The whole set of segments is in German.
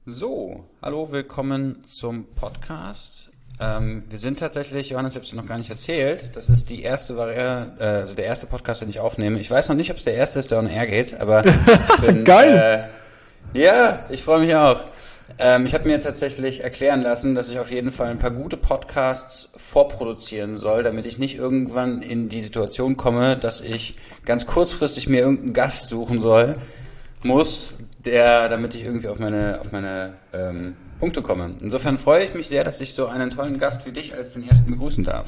So, hallo, willkommen zum Podcast. Wir sind tatsächlich, Johannes, ich habe es dir noch gar nicht erzählt, das ist die erste also der erste Podcast, den ich aufnehme. Ich weiß noch nicht, ob es der erste ist, der on air geht, aber ich bin, Geil! Ja, ich freue mich auch. Ich habe mir tatsächlich erklären lassen, dass ich auf jeden Fall ein paar gute Podcasts vorproduzieren soll, damit ich nicht irgendwann in die Situation komme, dass ich ganz kurzfristig mir irgendeinen Gast suchen muss, damit ich irgendwie auf meine Punkte komme. Insofern freue ich mich sehr, dass ich so einen tollen Gast wie dich als den ersten begrüßen darf.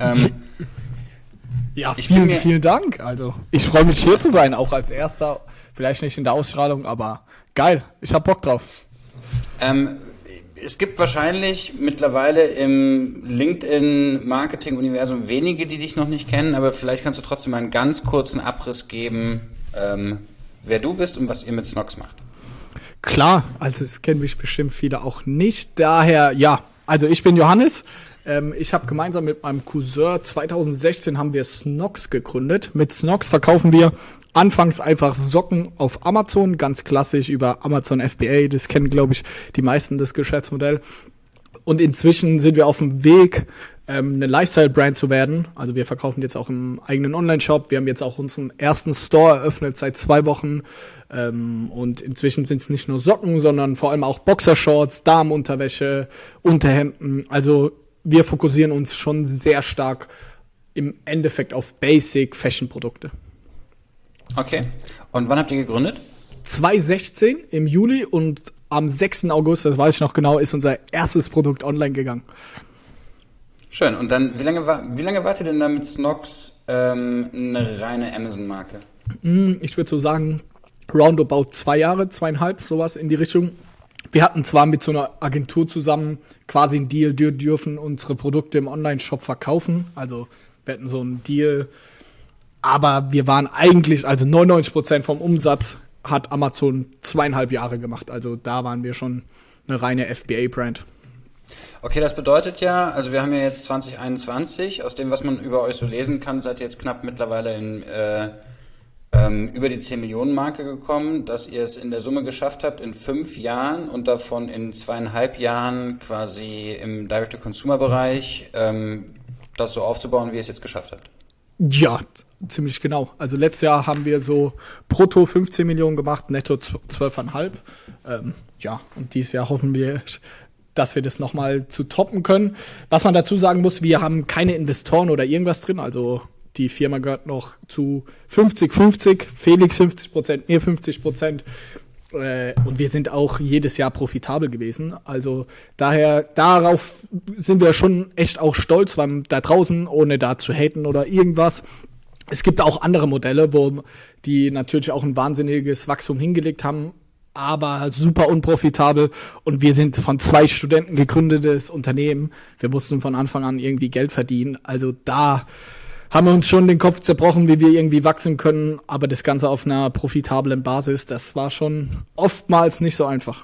Ja, vielen Dank. Also, ich freue mich hier zu sein, auch als erster. Vielleicht nicht in der Ausstrahlung, aber geil. Ich hab Bock drauf. Es gibt wahrscheinlich mittlerweile im LinkedIn-Marketing-Universum wenige, die dich noch nicht kennen, aber vielleicht kannst du trotzdem mal einen ganz kurzen Abriss geben, wer du bist und was ihr mit Snox macht. Klar, also es kennen mich bestimmt viele auch nicht. Daher, ja, also ich bin Johannes. Ich habe gemeinsam mit meinem Cousin 2016 haben wir Snox gegründet. Mit Snox verkaufen wir anfangs einfach Socken auf Amazon, ganz klassisch über Amazon FBA. Das kennen, glaube ich, die meisten, das Geschäftsmodell. Und inzwischen sind wir auf dem Weg, eine Lifestyle-Brand zu werden. Also wir verkaufen jetzt auch im eigenen Online-Shop. Wir haben jetzt auch unseren ersten Store eröffnet seit 2 Wochen. Und inzwischen sind es nicht nur Socken, sondern vor allem auch Boxershorts, Damenunterwäsche, Unterhemden. Also wir fokussieren uns schon sehr stark im Endeffekt auf Basic-Fashion-Produkte. Okay. Und wann habt ihr gegründet? 2016 im Juli und am 6. August, das weiß ich noch genau, ist unser erstes Produkt online gegangen. Schön. Und dann, wie lange wart ihr denn da mit Snox eine reine Amazon-Marke? Ich würde so sagen, roundabout 2 Jahre, 2,5, sowas in die Richtung. Wir hatten zwar mit so einer Agentur zusammen quasi einen Deal, dürfen unsere Produkte im Online-Shop verkaufen. Also wir hatten so einen Deal, aber wir waren eigentlich, also 99% vom Umsatz hat Amazon 2,5 Jahre gemacht. Also da waren wir schon eine reine FBA-Brand. Okay, das bedeutet ja, also wir haben ja jetzt 2021, aus dem, was man über euch so lesen kann, seid ihr jetzt knapp mittlerweile über die 10-Millionen-Marke gekommen, dass ihr es in der Summe geschafft habt, in 5 Jahren und davon in 2,5 Jahren quasi im Direct-to-Consumer-Bereich das so aufzubauen, wie ihr es jetzt geschafft habt. Ja, ziemlich genau. Also letztes Jahr haben wir so brutto 15 Millionen gemacht, netto 12,5. Ja, und dieses Jahr hoffen wir, dass wir das nochmal zu toppen können. Was man dazu sagen muss, wir haben keine Investoren oder irgendwas drin. Also die Firma gehört noch zu 50-50, Felix 50%, mir 50%. Und wir sind auch jedes Jahr profitabel gewesen. Also daher, darauf sind wir schon echt auch stolz, weil da draußen, ohne da zu haten oder irgendwas, es gibt auch andere Modelle, wo die natürlich auch ein wahnsinniges Wachstum hingelegt haben, aber super unprofitabel. Und wir sind von 2 Studenten gegründetes Unternehmen. Wir mussten von Anfang an irgendwie Geld verdienen. Also da haben wir uns schon den Kopf zerbrochen, wie wir irgendwie wachsen können. Aber das Ganze auf einer profitablen Basis, das war schon oftmals nicht so einfach.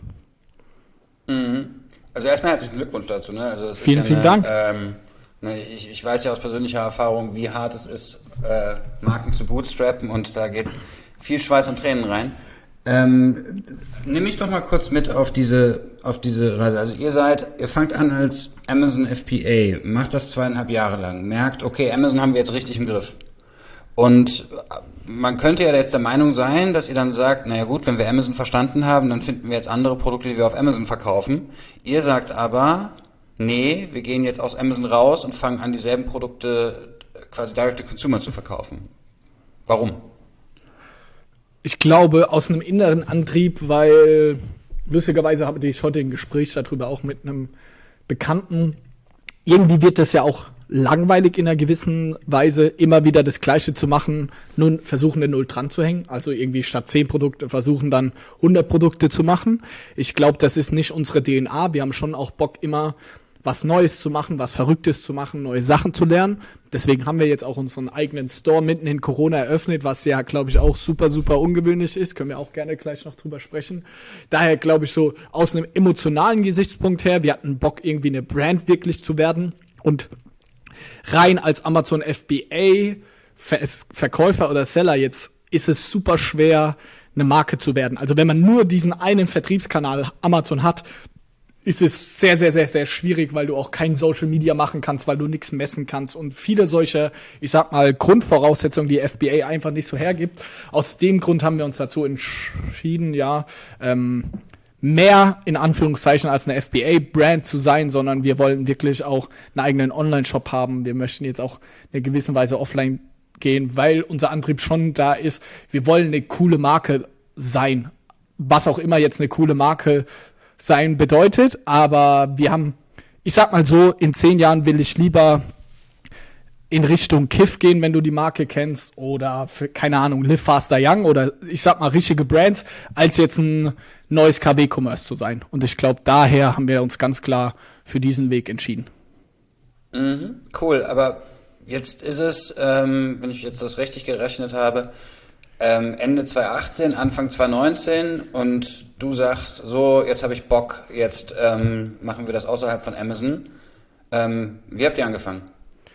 Also erstmal herzlichen Glückwunsch dazu. Ne? Also vielen Dank. Ich weiß ja aus persönlicher Erfahrung, wie hart es ist, Marken zu bootstrappen, und da geht viel Schweiß und Tränen rein. Nimm mich doch mal kurz mit auf diese Reise. Also ihr fangt an als Amazon FBA, macht das 2,5 Jahre lang, merkt, okay, Amazon haben wir jetzt richtig im Griff. Und man könnte ja jetzt der Meinung sein, dass ihr dann sagt, naja gut, wenn wir Amazon verstanden haben, dann finden wir jetzt andere Produkte, die wir auf Amazon verkaufen. Ihr sagt aber, nee, wir gehen jetzt aus Amazon raus und fangen an, dieselben Produkte quasi direct to consumer zu verkaufen. Warum? Ich glaube, aus einem inneren Antrieb, weil lustigerweise habe ich heute ein Gespräch darüber auch mit einem Bekannten. Irgendwie wird das ja auch langweilig in einer gewissen Weise, immer wieder das Gleiche zu machen, nun versuchen, eine Null dran zu hängen. Also irgendwie statt 10 Produkte versuchen dann 100 Produkte zu machen. Ich glaube, das ist nicht unsere DNA. Wir haben schon auch Bock, immer was Neues zu machen, was Verrücktes zu machen, neue Sachen zu lernen. Deswegen haben wir jetzt auch unseren eigenen Store mitten in Corona eröffnet, was ja, glaube ich, auch super, super ungewöhnlich ist. Können wir auch gerne gleich noch drüber sprechen. Daher glaube ich so aus einem emotionalen Gesichtspunkt her, wir hatten Bock, irgendwie eine Brand wirklich zu werden. Und rein als Amazon FBA Verkäufer oder Seller jetzt ist es super schwer, eine Marke zu werden. Also wenn man nur diesen einen Vertriebskanal Amazon hat, ist es sehr, sehr, sehr, sehr schwierig, weil du auch kein Social Media machen kannst, weil du nichts messen kannst und viele solche, ich sag mal, Grundvoraussetzungen, die FBA einfach nicht so hergibt. Aus dem Grund haben wir uns dazu entschieden, mehr in Anführungszeichen als eine FBA-Brand zu sein, sondern wir wollen wirklich auch einen eigenen Online-Shop haben. Wir möchten jetzt auch in einer gewissen Weise offline gehen, weil unser Antrieb schon da ist, wir wollen eine coole Marke sein. Was auch immer jetzt eine coole Marke sein bedeutet, aber wir haben, ich sag mal so, in 10 Jahren will ich lieber in Richtung Kiff gehen, wenn du die Marke kennst, oder für, keine Ahnung, Live Faster Young oder ich sag mal richtige Brands, als jetzt ein neues KW-Commerce zu sein. Und ich glaube, daher haben wir uns ganz klar für diesen Weg entschieden. Mhm, cool, aber jetzt ist es, wenn ich jetzt das richtig gerechnet habe, Ende 2018, Anfang 2019 und du sagst, so, jetzt habe ich Bock, jetzt machen wir das außerhalb von Amazon. Wie habt ihr angefangen?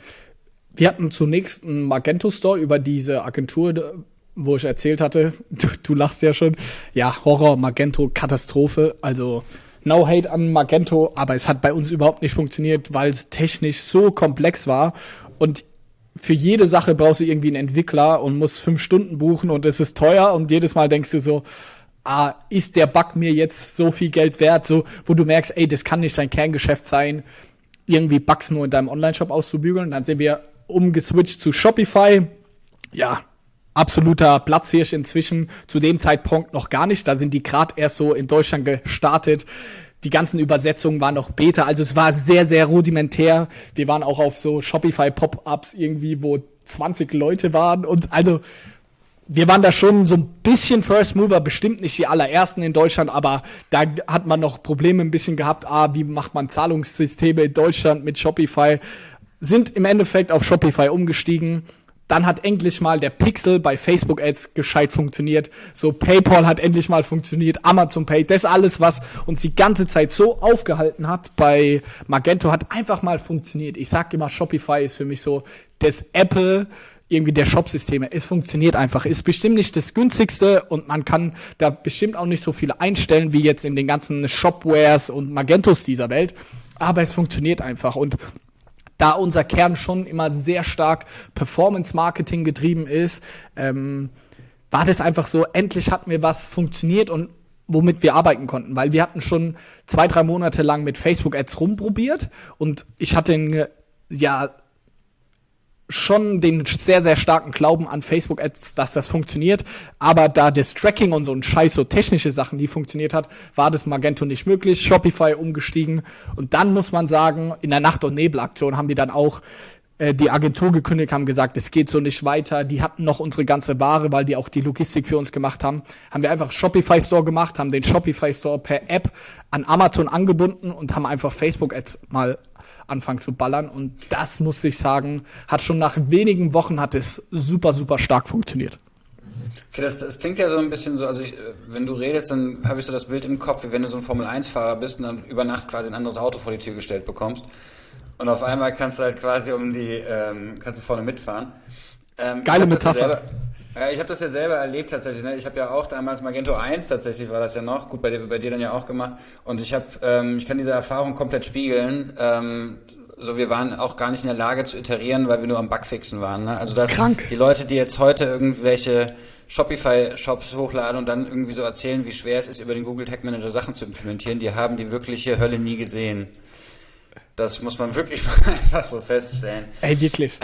Wir hatten zunächst einen Magento-Store über diese Agentur, wo ich erzählt hatte, du lachst ja schon, ja, Horror, Magento, Katastrophe, also no hate an Magento, aber es hat bei uns überhaupt nicht funktioniert, weil es technisch so komplex war und für jede Sache brauchst du irgendwie einen Entwickler und musst 5 Stunden buchen und es ist teuer und jedes Mal denkst du so, ist der Bug mir jetzt so viel Geld wert, so, wo du merkst, ey, das kann nicht dein Kerngeschäft sein, irgendwie Bugs nur in deinem Online-Shop auszubügeln. Dann sind wir umgeswitcht zu Shopify, ja, absoluter Platzhirsch inzwischen, zu dem Zeitpunkt noch gar nicht, da sind die gerade erst so in Deutschland gestartet. Die ganzen Übersetzungen waren noch Beta, also es war sehr, sehr rudimentär. Wir waren auch auf so Shopify-Pop-Ups irgendwie, wo 20 Leute waren und also wir waren da schon so ein bisschen First Mover, bestimmt nicht die allerersten in Deutschland, aber da hat man noch Probleme ein bisschen gehabt. Wie macht man Zahlungssysteme in Deutschland mit Shopify? Sind im Endeffekt auf Shopify umgestiegen. Dann hat endlich mal der Pixel bei Facebook Ads gescheit funktioniert. So PayPal hat endlich mal funktioniert, Amazon Pay, das alles, was uns die ganze Zeit so aufgehalten hat bei Magento, hat einfach mal funktioniert. Ich sag immer, Shopify ist für mich so das Apple irgendwie der Shopsysteme. Es funktioniert einfach. Ist bestimmt nicht das günstigste und man kann da bestimmt auch nicht so viele einstellen wie jetzt in den ganzen Shopwares und Magentos dieser Welt. Aber es funktioniert einfach und da unser Kern schon immer sehr stark Performance-Marketing getrieben ist, war das einfach so, endlich hat mir was funktioniert und womit wir arbeiten konnten, weil wir hatten schon 2-3 Monate lang mit Facebook-Ads rumprobiert und ich hatte schon den sehr, sehr starken Glauben an Facebook-Ads, dass das funktioniert, aber da das Tracking und so ein Scheiß, so technische Sachen, die funktioniert hat, war das Magento nicht möglich, Shopify umgestiegen und dann muss man sagen, in der Nacht- und Nebel-Aktion haben die dann auch die Agentur gekündigt, haben gesagt, es geht so nicht weiter, die hatten noch unsere ganze Ware, weil die auch die Logistik für uns gemacht haben wir einfach Shopify Store gemacht, haben den Shopify Store per App an Amazon angebunden und haben einfach Facebook-Ads mal anfangen zu ballern und das, muss ich sagen, hat schon nach wenigen Wochen hat es super, super stark funktioniert. Okay, das klingt ja so ein bisschen so, also wenn du redest, dann habe ich so das Bild im Kopf, wie wenn du so ein Formel-1-Fahrer bist und dann über Nacht quasi ein anderes Auto vor die Tür gestellt bekommst und auf einmal kannst du halt quasi kannst du vorne mitfahren. Geile Metapher. Ich habe das ja selber erlebt tatsächlich. Ne? Ich habe ja auch damals Magento 1 tatsächlich war das ja noch. Gut, bei dir dann ja auch gemacht. Und ich kann diese Erfahrung komplett spiegeln. Wir waren auch gar nicht in der Lage zu iterieren, weil wir nur am Bugfixen waren. Ne? Also die Leute, die jetzt heute irgendwelche Shopify-Shops hochladen und dann irgendwie so erzählen, wie schwer es ist, über den Google Tag Manager Sachen zu implementieren, die haben die wirkliche Hölle nie gesehen. Das muss man wirklich mal einfach so feststellen. Ey, wirklich.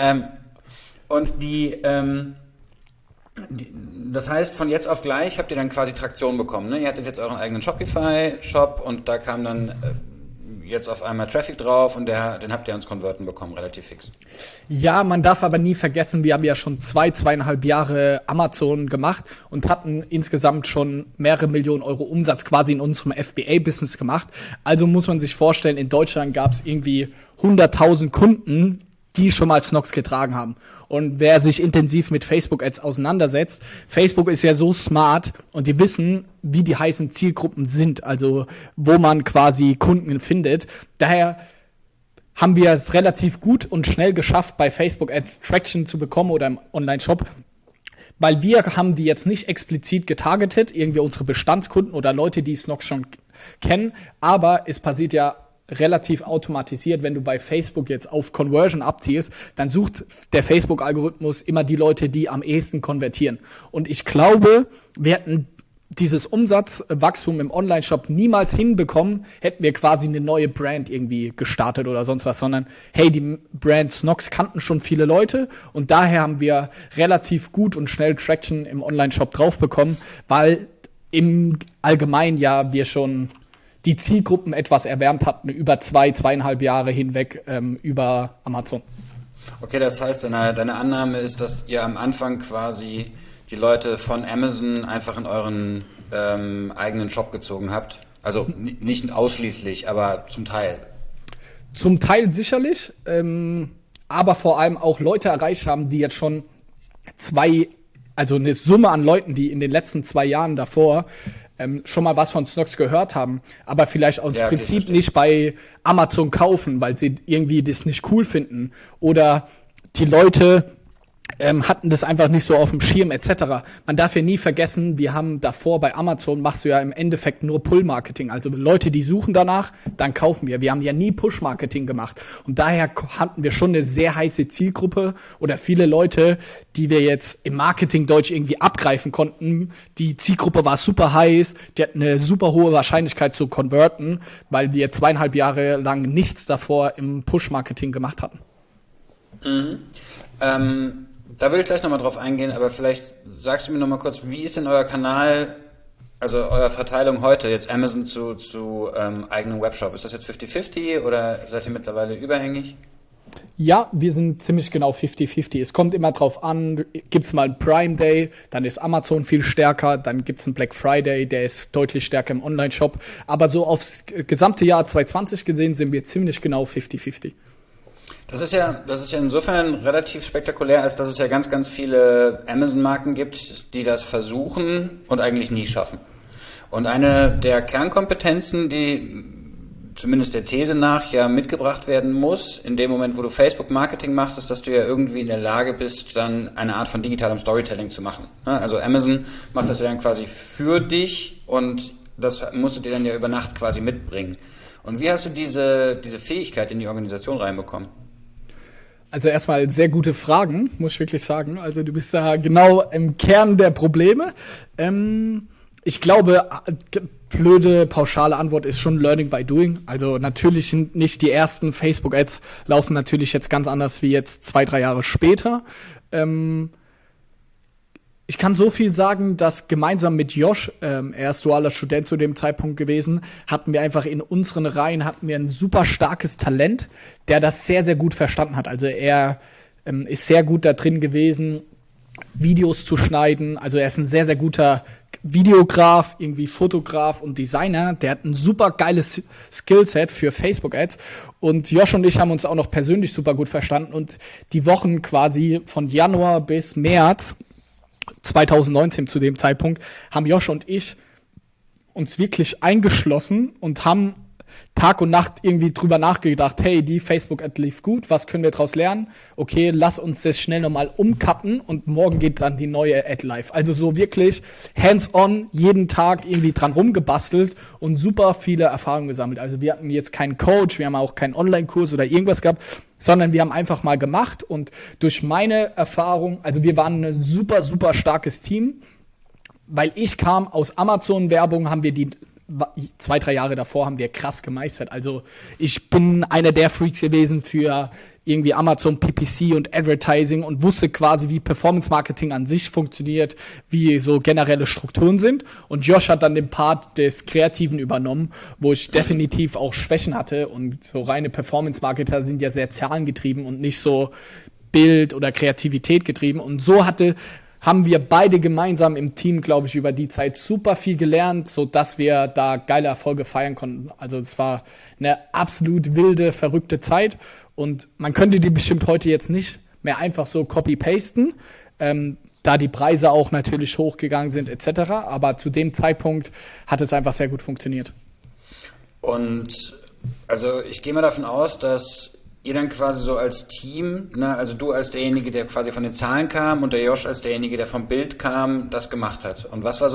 Das heißt, von jetzt auf gleich habt ihr dann quasi Traktion bekommen, ne? Ihr hattet jetzt euren eigenen Shopify-Shop und da kam dann jetzt auf einmal Traffic drauf und den habt ihr ans Konverten bekommen, relativ fix. Ja, man darf aber nie vergessen, wir haben ja schon 2,5 Jahre Amazon gemacht und hatten insgesamt schon mehrere Millionen Euro Umsatz quasi in unserem FBA-Business gemacht. Also muss man sich vorstellen, in Deutschland gab es irgendwie 100.000 Kunden, die schon mal Snox getragen haben. Und wer sich intensiv mit Facebook-Ads auseinandersetzt, Facebook ist ja so smart und die wissen, wie die heißen Zielgruppen sind, also wo man quasi Kunden findet. Daher haben wir es relativ gut und schnell geschafft, bei Facebook-Ads Traction zu bekommen oder im Online-Shop. weil wir haben die jetzt nicht explizit getargetet, irgendwie unsere Bestandskunden oder Leute, die Snox schon kennen, aber es passiert ja relativ automatisiert, wenn du bei Facebook jetzt auf Conversion abzielst, dann sucht der Facebook-Algorithmus immer die Leute, die am ehesten konvertieren. Und ich glaube, wir hätten dieses Umsatzwachstum im Online-Shop niemals hinbekommen, hätten wir quasi eine neue Brand irgendwie gestartet oder sonst was, sondern hey, die Brand Snox kannten schon viele Leute und daher haben wir relativ gut und schnell Traction im Online-Shop drauf bekommen, weil im Allgemeinen ja wir schon die Zielgruppen etwas erwärmt hatten über 2,5 Jahre hinweg über Amazon. Okay, das heißt, deine Annahme ist, dass ihr am Anfang quasi die Leute von Amazon einfach in euren eigenen Shop gezogen habt? Also nicht ausschließlich, aber zum Teil. Zum Teil sicherlich, aber vor allem auch Leute erreicht haben, die jetzt schon also eine Summe an Leuten, die in den letzten 2 Jahren davor schon mal was von Snox gehört haben, aber vielleicht aus Prinzip nicht bei Amazon kaufen, weil sie irgendwie das nicht cool finden. Oder die Leute hatten das einfach nicht so auf dem Schirm etc. Man darf ja nie vergessen, wir haben davor bei Amazon, machst du ja im Endeffekt nur Pull-Marketing. Also Leute, die suchen danach, dann kaufen wir. Wir haben ja nie Push-Marketing gemacht. Und daher hatten wir schon eine sehr heiße Zielgruppe oder viele Leute, die wir jetzt im Marketing-Deutsch irgendwie abgreifen konnten. Die Zielgruppe war super heiß, die hat eine super hohe Wahrscheinlichkeit zu converten, weil wir 2,5 Jahre lang nichts davor im Push-Marketing gemacht hatten. Mhm. Da will ich gleich nochmal drauf eingehen, aber vielleicht sagst du mir nochmal kurz, wie ist denn euer Kanal, also eure Verteilung heute, jetzt Amazon zu eigenem Webshop? Ist das jetzt 50-50 oder seid ihr mittlerweile überhängig? Ja, wir sind ziemlich genau 50-50. Es kommt immer drauf an, gibt's mal einen Prime Day, dann ist Amazon viel stärker, dann gibt's einen Black Friday, der ist deutlich stärker im Online-Shop. Aber so aufs gesamte Jahr 2020 gesehen sind wir ziemlich genau 50-50. Das ist ja insofern relativ spektakulär, als dass es ja ganz, ganz viele Amazon-Marken gibt, die das versuchen und eigentlich nie schaffen. Und eine der Kernkompetenzen, die zumindest der These nach ja mitgebracht werden muss, in dem Moment, wo du Facebook-Marketing machst, ist, dass du ja irgendwie in der Lage bist, dann eine Art von digitalem Storytelling zu machen. Also Amazon macht das ja dann quasi für dich und das musst du dir dann ja über Nacht quasi mitbringen. Und wie hast du diese Fähigkeit in die Organisation reinbekommen? Also erstmal sehr gute Fragen, muss ich wirklich sagen. Also du bist da genau im Kern der Probleme. Ich glaube, blöde, pauschale Antwort ist schon Learning by Doing. Also natürlich sind nicht die ersten Facebook-Ads laufen natürlich jetzt ganz anders wie jetzt 2-3 Jahre später. Ich kann so viel sagen, dass gemeinsam mit Josh, er ist dualer Student zu dem Zeitpunkt gewesen, hatten wir einfach in unseren Reihen ein super starkes Talent, der das sehr, sehr gut verstanden hat. Also er ist sehr gut da drin gewesen, Videos zu schneiden. Also er ist ein sehr, sehr guter Videograf, irgendwie Fotograf und Designer. Der hat ein super geiles Skillset für Facebook-Ads. Und Josh und ich haben uns auch noch persönlich super gut verstanden. Und die Wochen quasi von Januar bis März 2019 zu dem Zeitpunkt haben Josh und ich uns wirklich eingeschlossen und haben Tag und Nacht irgendwie drüber nachgedacht, hey, die Facebook-Ad lief gut, was können wir daraus lernen? Okay, lass uns das schnell nochmal umcutten und morgen geht dann die neue Ad live. Also so wirklich hands-on, jeden Tag irgendwie dran rumgebastelt und super viele Erfahrungen gesammelt. Also wir hatten jetzt keinen Coach, wir haben auch keinen Online-Kurs oder irgendwas gehabt, sondern wir haben einfach mal gemacht und durch meine Erfahrung, also wir waren ein super, super starkes Team, weil ich kam aus Amazon-Werbung, haben wir die 2-3 Jahre davor haben wir krass gemeistert. Also ich bin einer der Freaks gewesen für irgendwie Amazon PPC und Advertising und wusste quasi, wie Performance Marketing an sich funktioniert, wie so generelle Strukturen sind. Und Josh hat dann den Part des Kreativen übernommen, wo ich definitiv auch Schwächen hatte. Und so reine Performance Marketer sind ja sehr zahlengetrieben und nicht so Bild- oder Kreativität getrieben. Und so haben wir beide gemeinsam im Team, glaube ich, über die Zeit super viel gelernt, so dass wir da geile Erfolge feiern konnten. Also es war eine absolut wilde, verrückte Zeit und man könnte die bestimmt heute jetzt nicht mehr einfach so copy-pasten, da die Preise auch natürlich hochgegangen sind etc. Aber zu dem Zeitpunkt hat es einfach sehr gut funktioniert. Und also ich gehe mal davon aus, dass ihr dann quasi so als Team, ne, also du als derjenige, der quasi von den Zahlen kam und der Josh als derjenige, der vom Bild kam, das gemacht hat. Und was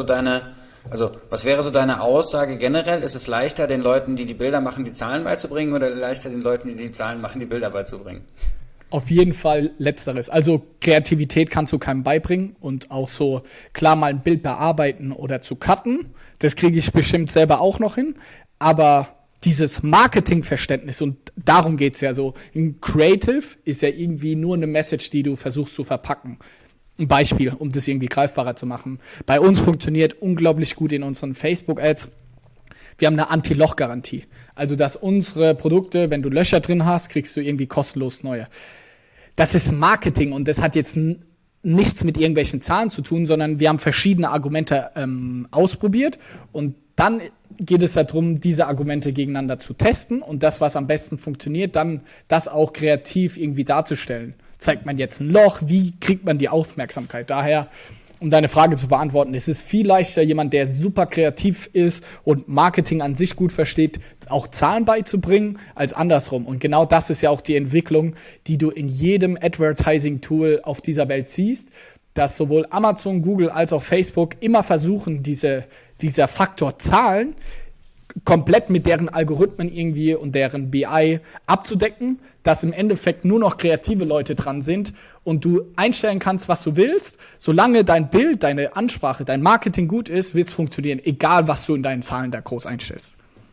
was wäre so deine Aussage generell? Ist es leichter, den Leuten, die die Bilder machen, die Zahlen beizubringen oder leichter, den Leuten, die die Zahlen machen, die Bilder beizubringen? Auf jeden Fall Letzteres. Also Kreativität kannst du keinem beibringen und auch so klar mal ein Bild bearbeiten oder zu cutten, das kriege ich bestimmt selber auch noch hin, aber dieses Marketingverständnis, und darum geht's ja so, ein Creative ist ja irgendwie nur eine Message, die du versuchst zu verpacken. Ein Beispiel, um das irgendwie greifbarer zu machen. Bei uns funktioniert unglaublich gut in unseren Facebook-Ads. Wir haben eine Anti-Loch-Garantie. Also, dass unsere Produkte, wenn du Löcher drin hast, kriegst du irgendwie kostenlos neue. Das ist Marketing und das hat jetzt nichts mit irgendwelchen Zahlen zu tun, sondern wir haben verschiedene Argumente ausprobiert und dann geht es darum, diese Argumente gegeneinander zu testen und das, was am besten funktioniert, dann das auch kreativ irgendwie darzustellen. Zeigt man jetzt ein Loch? Wie kriegt man die Aufmerksamkeit? Daher, um deine Frage zu beantworten, es ist viel leichter, jemand, der super kreativ ist und Marketing an sich gut versteht, auch Zahlen beizubringen, als andersrum. Und genau das ist ja auch die Entwicklung, die du in jedem Advertising-Tool auf dieser Welt siehst, dass sowohl Amazon, Google als auch Facebook immer versuchen, dieser Faktor Zahlen komplett mit deren Algorithmen irgendwie und deren BI abzudecken, dass im Endeffekt nur noch kreative Leute dran sind und du einstellen kannst, was du willst. Solange dein Bild, deine Ansprache, dein Marketing gut ist, wird es funktionieren, egal was du in deinen Zahlen da groß einstellst.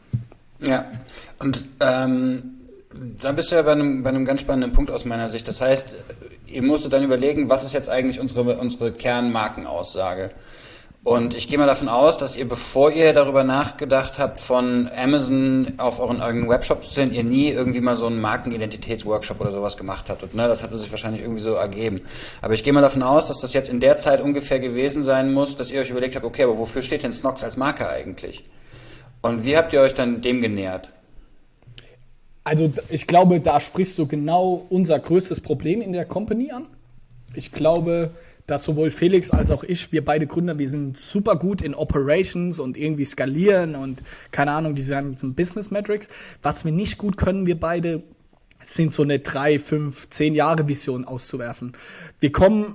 Ja, und da bist du ja bei einem ganz spannenden Punkt aus meiner Sicht. Das heißt, ihr musstet dann überlegen, was ist jetzt eigentlich unsere Kernmarkenaussage? Und ich gehe mal davon aus, dass ihr, bevor ihr darüber nachgedacht habt, von Amazon auf euren eigenen Webshop zu sehen, ihr nie irgendwie mal so einen Markenidentitätsworkshop oder sowas gemacht habt. Und, ne, das hatte sich wahrscheinlich irgendwie so ergeben. Aber ich gehe mal davon aus, dass das jetzt in der Zeit ungefähr gewesen sein muss, dass ihr euch überlegt habt, okay, aber wofür steht denn Snox als Marke eigentlich? Und wie habt ihr euch dann dem genähert? Also ich glaube, da sprichst du genau unser größtes Problem in der Company an. Ich glaube, dass sowohl Felix als auch ich, wir beide Gründer, wir sind super gut in Operations und irgendwie skalieren und keine Ahnung, diese ganzen Business Metrics. Was wir nicht gut können, wir beide, sind so eine 3, 5, 10 Jahre Vision auszuwerfen. Wir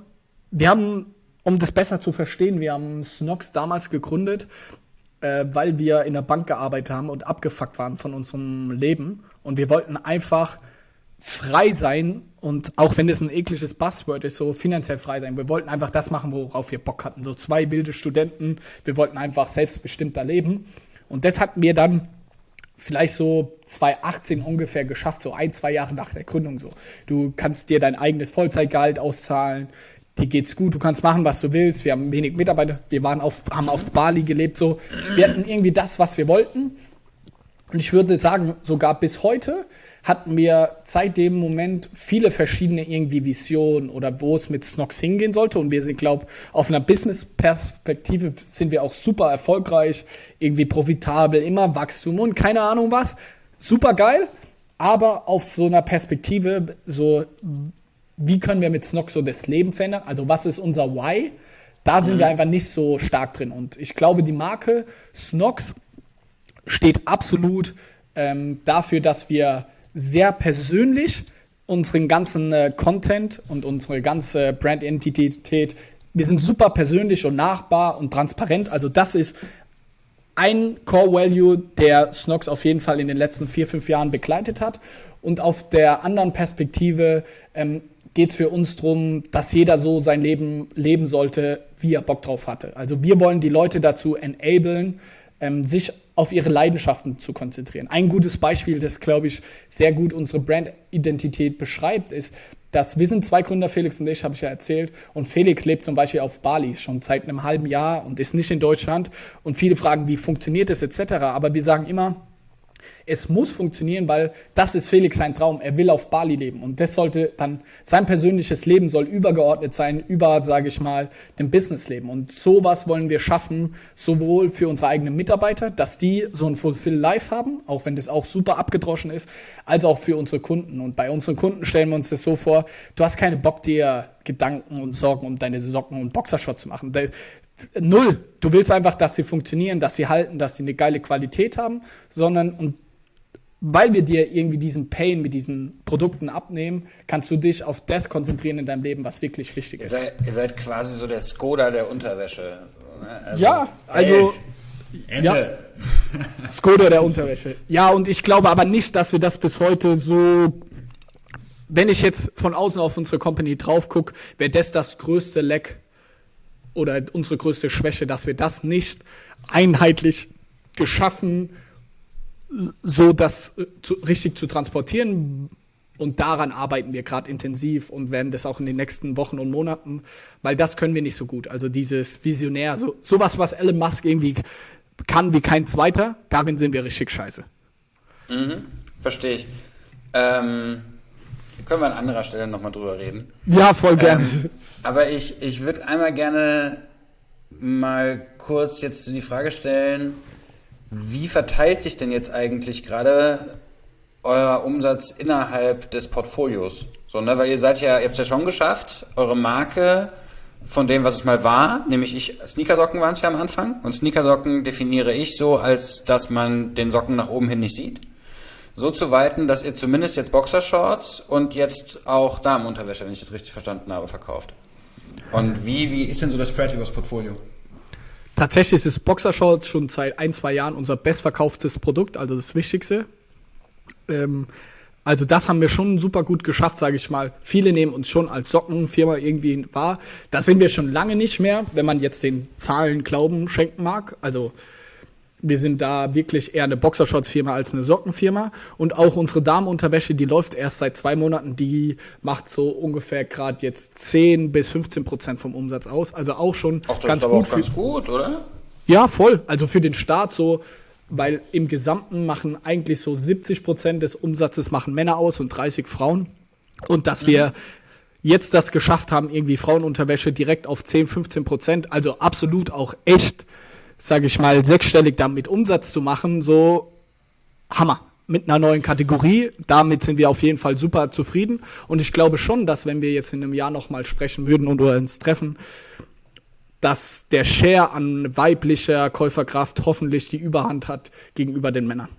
haben, um das besser zu verstehen, wir haben Snox damals gegründet, weil wir in der Bank gearbeitet haben und abgefuckt waren von unserem Leben. Und wir wollten einfach frei sein und auch wenn das ein ekliges Buzzword ist, so finanziell frei sein. Wir wollten einfach das machen, worauf wir Bock hatten. So 2 wilde Studenten, wir wollten einfach selbstbestimmter leben. Und das hatten wir dann vielleicht so 2018 ungefähr geschafft, so 1, 2 Jahre nach der Gründung so. Du kannst dir dein eigenes Vollzeitgehalt auszahlen, dir geht's gut, du kannst machen, was du willst. Wir haben wenig Mitarbeiter, haben auf Bali gelebt, so. Wir hatten irgendwie das, was wir wollten. Und ich würde sagen, sogar bis heute hatten wir seit dem Moment viele verschiedene irgendwie Visionen oder wo es mit Snox hingehen sollte. Und wir sind, glaube ich, auf einer Business-Perspektive sind wir auch super erfolgreich, irgendwie profitabel, immer Wachstum und keine Ahnung was. Super geil, aber auf so einer Perspektive, so wie können wir mit Snox so das Leben verändern? Also was ist unser Why? Da sind wir einfach nicht so stark drin. Und ich glaube, die Marke Snox steht absolut dafür, dass wir sehr persönlich unseren ganzen Content und unsere ganze Brand-Identität, wir sind super persönlich und nahbar und transparent. Also das ist ein Core-Value, der Snox auf jeden Fall in den letzten 4, 5 Jahren begleitet hat. Und auf der anderen Perspektive geht es für uns darum, dass jeder so sein Leben leben sollte, wie er Bock drauf hatte. Also wir wollen die Leute dazu enablen, sich auf ihre Leidenschaften zu konzentrieren. Ein gutes Beispiel, das, glaube ich, sehr gut unsere Brand-Identität beschreibt, ist, dass wir sind 2 Gründer, Felix und ich, habe ich ja erzählt, und Felix lebt zum Beispiel auf Bali schon seit einem halben Jahr und ist nicht in Deutschland und viele fragen, wie funktioniert das etc., aber wir sagen immer, es muss funktionieren, weil das ist Felix sein Traum. Er will auf Bali leben und das sollte dann, sein persönliches Leben soll übergeordnet sein über, sage ich mal, dem Businessleben. Und sowas wollen wir schaffen, sowohl für unsere eigenen Mitarbeiter, dass die so ein Fulfill Life haben, auch wenn das auch super abgedroschen ist, als auch für unsere Kunden. Und bei unseren Kunden stellen wir uns das so vor, du hast keine Bock, dir Gedanken und Sorgen um deine Socken und Boxershot zu machen. Null. Du willst einfach, dass sie funktionieren, dass sie halten, dass sie eine geile Qualität haben, sondern und weil wir dir irgendwie diesen Pain mit diesen Produkten abnehmen, kannst du dich auf das konzentrieren in deinem Leben, was wirklich wichtig ist. Ihr seid quasi so der Skoda der Unterwäsche. Also ja, also Ende. Ja, Skoda der Unterwäsche. Ja, und ich glaube aber nicht, dass wir das bis heute so, wenn ich jetzt von außen auf unsere Company drauf gucke, wäre das größte Leck oder unsere größte Schwäche, dass wir das nicht einheitlich geschaffen, so das richtig zu transportieren. Und daran arbeiten wir gerade intensiv und werden das auch in den nächsten Wochen und Monaten, weil das können wir nicht so gut. Also dieses Visionär, sowas, was Elon Musk irgendwie kann wie kein zweiter, darin sind wir richtig scheiße. Verstehe ich. Können wir an anderer Stelle nochmal drüber reden. Ja, voll gerne. Aber ich würde einmal gerne mal kurz jetzt die Frage stellen, wie verteilt sich denn jetzt eigentlich gerade euer Umsatz innerhalb des Portfolios? So, ne, weil ihr habt es ja schon geschafft, eure Marke von dem, was es mal war, nämlich Sneakersocken waren es ja am Anfang, und Sneakersocken definiere ich so, als dass man den Socken nach oben hin nicht sieht. So zu weiten, dass ihr zumindest jetzt Boxershorts und jetzt auch Damenunterwäsche, wenn ich das richtig verstanden habe, verkauft. Und wie ist denn so das Spread übers Portfolio? Tatsächlich ist Boxershorts schon seit 1-2 Jahren unser bestverkauftes Produkt, also das Wichtigste. Also das haben wir schon super gut geschafft, sage ich mal. Viele nehmen uns schon als Sockenfirma irgendwie wahr. Das sind wir schon lange nicht mehr, wenn man jetzt den Zahlen Glauben schenken mag. Also wir sind da wirklich eher eine Boxershorts-Firma als eine Sockenfirma. Und auch unsere Damenunterwäsche, die läuft erst seit 2 Monaten. Die macht so ungefähr gerade jetzt 10-15% vom Umsatz aus. Also auch schon das ganz ist aber gut. Auch ganz gut, oder? Ja, voll. Also für den Start so, weil im Gesamten machen eigentlich so 70% des Umsatzes machen Männer aus und 30 Frauen. Und dass wir jetzt das geschafft haben, irgendwie Frauenunterwäsche direkt auf 10-15%, also absolut auch echt, sage ich mal, 6-stellig damit Umsatz zu machen, so Hammer. Mit einer neuen Kategorie, damit sind wir auf jeden Fall super zufrieden. Und ich glaube schon, dass wenn wir jetzt in einem Jahr nochmal sprechen würden oder uns treffen, dass der Share an weiblicher Käuferkraft hoffentlich die Überhand hat gegenüber den Männern.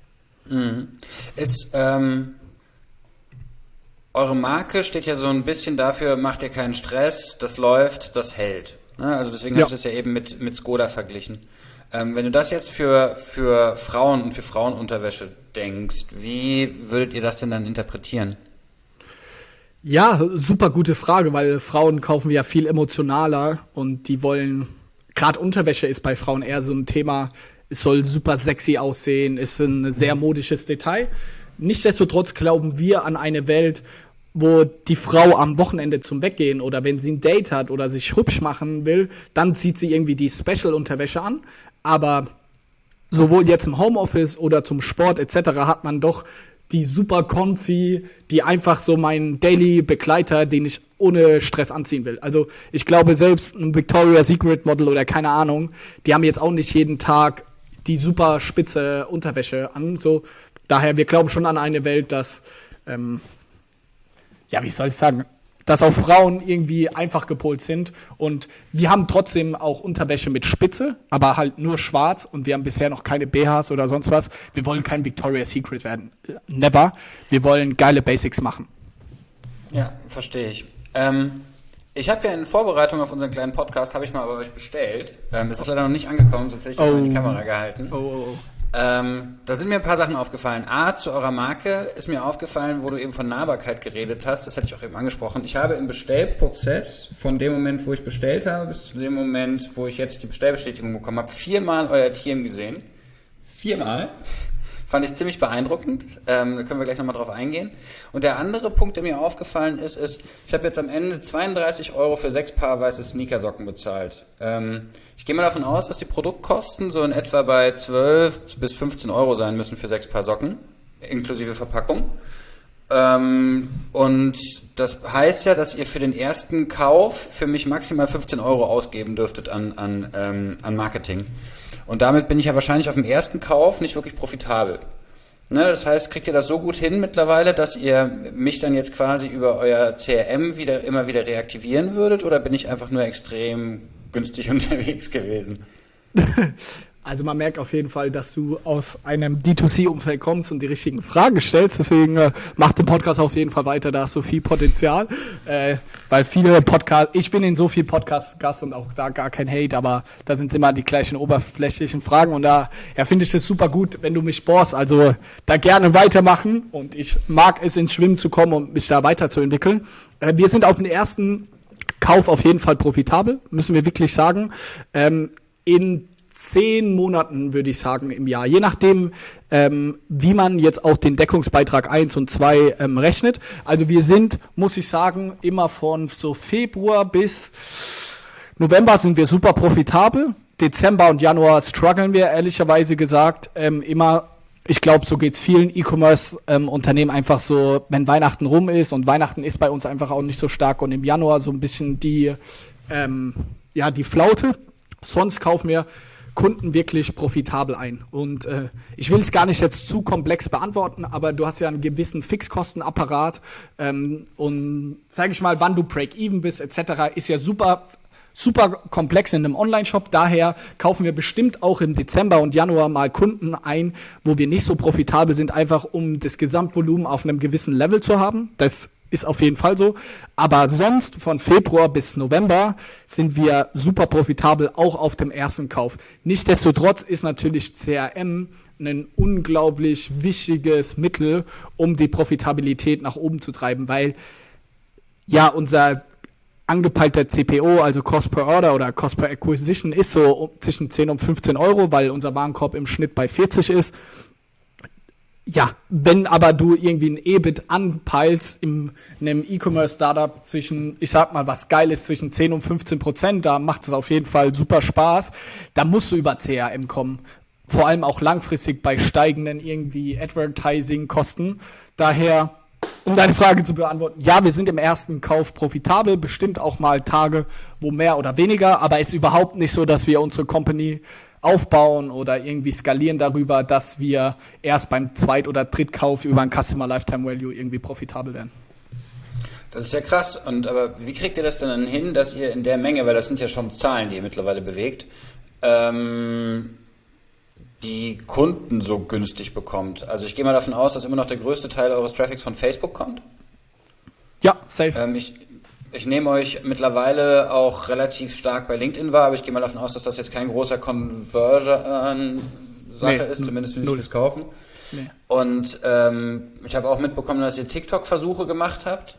Eure Marke steht ja so ein bisschen dafür, macht ihr keinen Stress, das läuft, das hält. Ne? Also deswegen habe ich das ja eben mit Skoda verglichen. Wenn du das jetzt für Frauen und für Frauenunterwäsche denkst, wie würdet ihr das denn dann interpretieren? Ja, super gute Frage, weil Frauen kaufen ja viel emotionaler und die wollen, gerade Unterwäsche ist bei Frauen eher so ein Thema, es soll super sexy aussehen, ist ein sehr modisches Detail. Nichtsdestotrotz glauben wir an eine Welt, wo die Frau am Wochenende zum Weggehen oder wenn sie ein Date hat oder sich hübsch machen will, dann zieht sie irgendwie die Special-Unterwäsche an. Aber sowohl jetzt im Homeoffice oder zum Sport etc. hat man doch die super comfy, die einfach so mein Daily-Begleiter, den ich ohne Stress anziehen will. Also ich glaube, selbst ein Victoria's Secret Model oder keine Ahnung, die haben jetzt auch nicht jeden Tag die super spitze Unterwäsche an. So, daher, wir glauben schon an eine Welt, dass, wie soll ich sagen, dass auch Frauen irgendwie einfach gepolt sind. Und wir haben trotzdem auch Unterwäsche mit Spitze, aber halt nur schwarz. Und wir haben bisher noch keine BHs oder sonst was. Wir wollen kein Victoria's Secret werden. Never. Wir wollen geile Basics machen. Ja, verstehe ich. Ich habe ja in Vorbereitung auf unseren kleinen Podcast, habe ich mal bei euch bestellt. Es ist leider noch nicht angekommen, sonst hätte ich das mal in die Kamera gehalten. Da sind mir ein paar Sachen aufgefallen. A, zu eurer Marke ist mir aufgefallen, wo du eben von Nahbarkeit geredet hast, das hatte ich auch eben angesprochen. Ich habe im Bestellprozess, von dem Moment, wo ich bestellt habe, bis zu dem Moment, wo ich jetzt die Bestellbestätigung bekommen habe, 4-mal euer Team gesehen. 4-mal. Fand ich ziemlich beeindruckend. Da können wir gleich nochmal drauf eingehen. Und der andere Punkt, der mir aufgefallen ist, ich habe jetzt am Ende 32 € für 6 Paar weiße Sneakersocken bezahlt. Ich gehe mal davon aus, dass die Produktkosten so in etwa bei 12 bis 15 € sein müssen für 6 Paar Socken, inklusive Verpackung. Und das heißt ja, dass ihr für den ersten Kauf für mich maximal 15 € ausgeben dürftet an Marketing. Und damit bin ich ja wahrscheinlich auf dem ersten Kauf nicht wirklich profitabel. Ne, das heißt, kriegt ihr das so gut hin mittlerweile, dass ihr mich dann jetzt quasi über euer CRM immer wieder reaktivieren würdet? Oder bin ich einfach nur extrem günstig unterwegs gewesen? Also man merkt auf jeden Fall, dass du aus einem D2C-Umfeld kommst und die richtigen Fragen stellst. Deswegen mach den Podcast auf jeden Fall weiter, da hast du viel Potenzial. Weil viele Podcasts, ich bin in so viel Podcasts Gast und auch da gar kein Hate, aber da sind immer die gleichen oberflächlichen Fragen und da finde ich es super gut, wenn du mich bohrst. Also da gerne weitermachen und ich mag es, ins Schwimmen zu kommen und mich da weiterzuentwickeln. Wir sind auf den ersten Kauf auf jeden Fall profitabel, müssen wir wirklich sagen. In 10 Monaten, würde ich sagen, im Jahr. Je nachdem, wie man jetzt auch den Deckungsbeitrag 1 und 2 rechnet. Also wir sind, muss ich sagen, immer von so Februar bis November sind wir super profitabel. Dezember und Januar strugglen wir, ehrlicherweise gesagt, immer. Ich glaube, so geht's vielen E-Commerce-Unternehmen einfach so, wenn Weihnachten rum ist und Weihnachten ist bei uns einfach auch nicht so stark und im Januar so ein bisschen die Flaute. Sonst kaufen wir Kunden wirklich profitabel ein. Und ich will es gar nicht jetzt zu komplex beantworten, aber du hast ja einen gewissen Fixkostenapparat und sage ich mal, wann du Break-Even bist etc. ist ja super komplex in einem Online-Shop. Daher kaufen wir bestimmt auch im Dezember und Januar mal Kunden ein, wo wir nicht so profitabel sind, einfach um das Gesamtvolumen auf einem gewissen Level zu haben. Das ist auf jeden Fall so. Aber sonst von Februar bis November sind wir super profitabel, auch auf dem ersten Kauf. Nichtsdestotrotz ist natürlich CRM ein unglaublich wichtiges Mittel, um die Profitabilität nach oben zu treiben, weil ja unser angepeilter CPO, also Cost per Order oder Cost per Acquisition, ist so zwischen 10 und 15 Euro, weil unser Warenkorb im Schnitt bei 40 ist. Ja, wenn aber du irgendwie ein EBIT anpeilst in einem E-Commerce-Startup zwischen, ich sag mal, was geil ist, zwischen 10 und 15%, da macht es auf jeden Fall super Spaß, da musst du über CRM kommen. Vor allem auch langfristig bei steigenden irgendwie Advertising-Kosten. Daher, um deine Frage zu beantworten, ja, wir sind im ersten Kauf profitabel, bestimmt auch mal Tage, wo mehr oder weniger, aber es ist überhaupt nicht so, dass wir unsere Company aufbauen oder irgendwie skalieren darüber, dass wir erst beim Zweit- oder Drittkauf über ein Customer Lifetime Value irgendwie profitabel werden. Das ist ja krass. Aber wie kriegt ihr das denn dann hin, dass ihr in der Menge, weil das sind ja schon Zahlen, die ihr mittlerweile bewegt, die Kunden so günstig bekommt? Also ich gehe mal davon aus, dass immer noch der größte Teil eures Traffics von Facebook kommt. Ja, safe. Ich nehme euch mittlerweile auch relativ stark bei LinkedIn wahr, aber ich gehe mal davon aus, dass das jetzt kein großer Conversion-Sache ist, zumindest will ich das kaufen. Nee. Und ich habe auch mitbekommen, dass ihr TikTok-Versuche gemacht habt.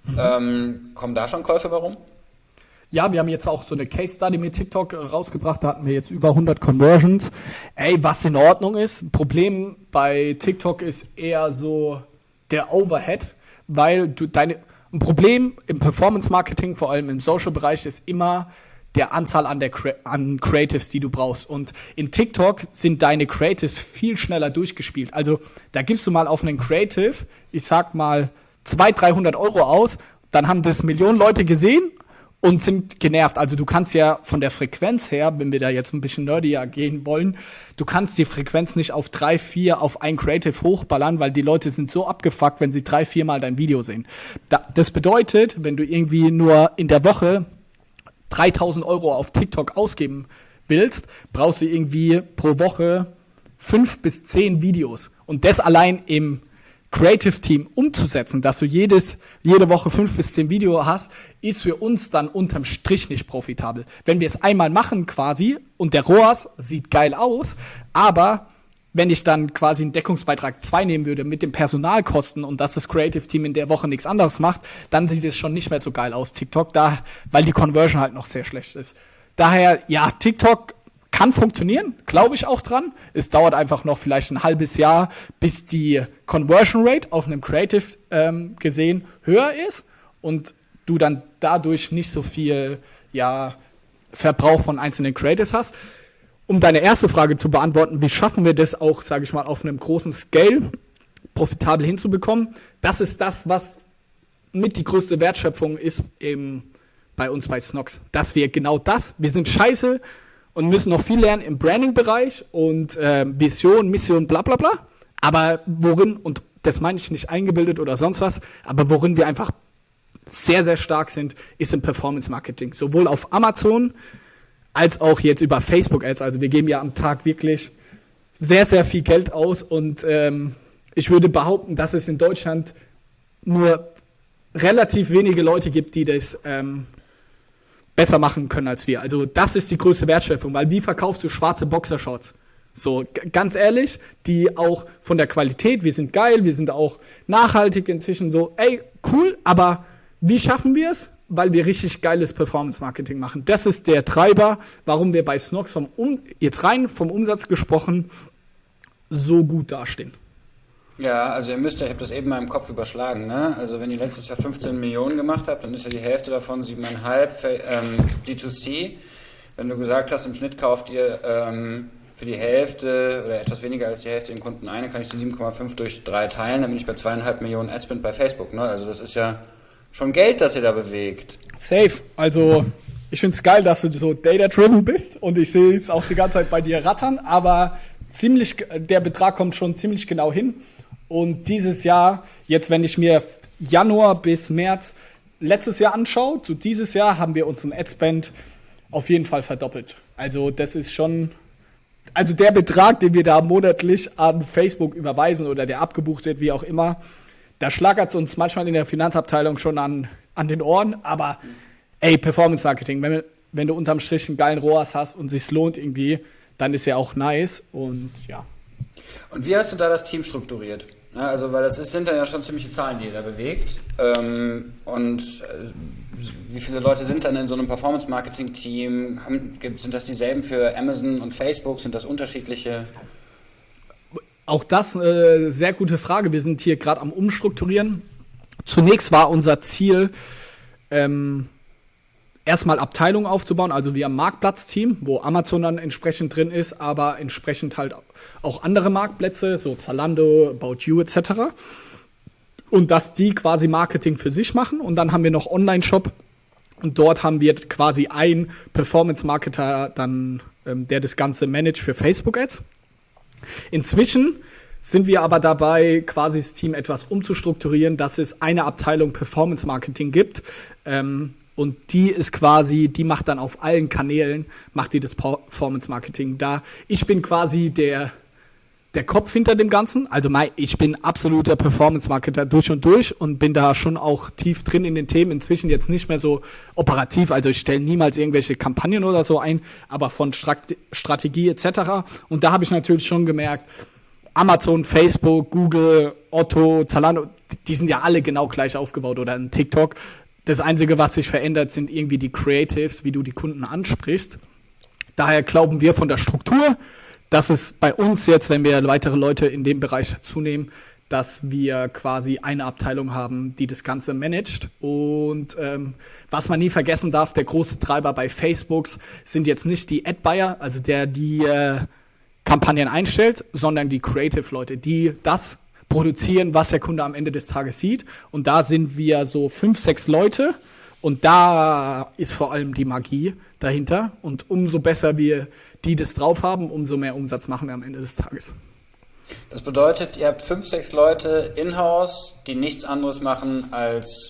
Kommen da schon Käufe warum? Ja, wir haben jetzt auch so eine Case-Study mit TikTok rausgebracht, da hatten wir jetzt über 100 Conversions. Was in Ordnung ist. Problem bei TikTok ist eher so der Overhead, weil ein Problem im Performance-Marketing, vor allem im Social-Bereich, ist immer der Anzahl an Creatives, die du brauchst. Und in TikTok sind deine Creatives viel schneller durchgespielt. Also da gibst du mal auf einen Creative, ich sag mal 200-300 Euro aus, dann haben das Millionen Leute gesehen und sind genervt. Also du kannst ja von der Frequenz her, wenn wir da jetzt ein bisschen nerdier gehen wollen, du kannst die Frequenz nicht auf 3-4 auf ein Creative hochballern, weil die Leute sind so abgefuckt, wenn sie 3-4 Mal dein Video sehen. Das bedeutet, wenn du irgendwie nur in der Woche 3.000 Euro auf TikTok ausgeben willst, brauchst du irgendwie pro Woche 5 bis 10 Videos. Und das allein im Creative Team umzusetzen, dass du jede Woche 5 bis 10 Video hast, ist für uns dann unterm Strich nicht profitabel. Wenn wir es einmal machen quasi und der ROAS sieht geil aus, aber wenn ich dann quasi einen Deckungsbeitrag 2 nehmen würde mit den Personalkosten und dass das Creative Team in der Woche nichts anderes macht, dann sieht es schon nicht mehr so geil aus, TikTok, weil die Conversion halt noch sehr schlecht ist. Daher, ja, TikTok kann funktionieren, glaube ich auch dran. Es dauert einfach noch vielleicht ein halbes Jahr, bis die Conversion Rate auf einem Creative gesehen höher ist und du dann dadurch nicht so viel Verbrauch von einzelnen Creatives hast. Um deine erste Frage zu beantworten, wie schaffen wir das auch, sage ich mal, auf einem großen Scale profitabel hinzubekommen? Das ist das, was mit die größte Wertschöpfung ist bei uns bei Snox. Dass wir wir sind scheiße und müssen noch viel lernen im Branding-Bereich und Vision, Mission, bla bla bla. Aber worin, und das meine ich nicht eingebildet oder sonst was, aber worin wir einfach sehr, sehr stark sind, ist im Performance-Marketing. Sowohl auf Amazon als auch jetzt über Facebook-Ads. Also wir geben ja am Tag wirklich sehr, sehr viel Geld aus und ich würde behaupten, dass es in Deutschland nur relativ wenige Leute gibt, die das besser machen können als wir. Also das ist die größte Wertschöpfung, weil wie verkaufst du schwarze Boxershorts? So, ganz ehrlich, die auch von der Qualität, wir sind geil, wir sind auch nachhaltig inzwischen so, ey, cool, aber wie schaffen wir es? Weil wir richtig geiles Performance-Marketing machen. Das ist der Treiber, warum wir bei Snox jetzt rein vom Umsatz gesprochen so gut dastehen. Ja, also ich habe das eben mal im Kopf überschlagen, ne? Also wenn ihr letztes Jahr 15 Millionen gemacht habt, dann ist ja die Hälfte davon 7,5 D2C. Wenn du gesagt hast, im Schnitt kauft ihr für die Hälfte oder etwas weniger als die Hälfte den Kunden ein, dann kann ich die 7,5 durch 3 teilen, dann bin ich bei 2,5 Millionen Adspend bei Facebook, ne? Also das ist ja schon Geld, das ihr da bewegt. Safe. Also ich finde es geil, dass du so data-driven bist und ich sehe es auch die ganze Zeit bei dir rattern, aber der Betrag kommt schon ziemlich genau hin. Und dieses Jahr, jetzt wenn ich mir Januar bis März letztes Jahr anschaue, zu dieses Jahr haben wir unseren Adspend auf jeden Fall verdoppelt. Also das ist schon, also der Betrag, den wir da monatlich an Facebook überweisen oder der abgebucht wird, wie auch immer, da schlagert es uns manchmal in der Finanzabteilung schon an den Ohren, aber ey, Performance Marketing, wenn du unterm Strich einen geilen ROAS hast und sich's lohnt irgendwie, dann ist ja auch nice und ja. Und wie hast du da das Team strukturiert? Ja, also, weil sind dann ja schon ziemliche Zahlen, die ihr da bewegt. Wie viele Leute sind dann in so einem Performance-Marketing-Team? Sind das dieselben für Amazon und Facebook? Sind das unterschiedliche? Auch das eine sehr gute Frage. Wir sind hier gerade am Umstrukturieren. Zunächst war unser Ziel, erstmal Abteilungen aufzubauen, also wir haben ein Marktplatzteam, wo Amazon dann entsprechend drin ist, aber entsprechend halt auch andere Marktplätze, so Zalando, About You etc. Und dass die quasi Marketing für sich machen und dann haben wir noch Online-Shop und dort haben wir quasi einen Performance-Marketer dann, der das Ganze managt für Facebook-Ads. Inzwischen sind wir aber dabei, quasi das Team etwas umzustrukturieren, dass es eine Abteilung Performance-Marketing gibt, und die ist quasi, die macht dann auf allen Kanälen, macht die das Performance-Marketing da. Ich bin quasi der Kopf hinter dem Ganzen. Also ich bin absoluter Performance-Marketer durch und durch und bin da schon auch tief drin in den Themen. Inzwischen jetzt nicht mehr so operativ, also ich stelle niemals irgendwelche Kampagnen oder so ein, aber von Strategie etc. Und da habe ich natürlich schon gemerkt, Amazon, Facebook, Google, Otto, Zalando, die sind ja alle genau gleich aufgebaut oder ein TikTok. Das Einzige, was sich verändert, sind irgendwie die Creatives, wie du die Kunden ansprichst. Daher glauben wir von der Struktur, dass es bei uns jetzt, wenn wir weitere Leute in dem Bereich zunehmen, dass wir quasi eine Abteilung haben, die das Ganze managt. Und was man nie vergessen darf, der große Treiber bei Facebook sind jetzt nicht die Ad-Buyer, also die Kampagnen einstellt, sondern die Creative-Leute, die das produzieren, was der Kunde am Ende des Tages sieht. Und da sind wir so 5, 6 Leute und da ist vor allem die Magie dahinter. Und umso besser wir die das drauf haben, umso mehr Umsatz machen wir am Ende des Tages. Das bedeutet, ihr habt 5, 6 Leute in-house, die nichts anderes machen als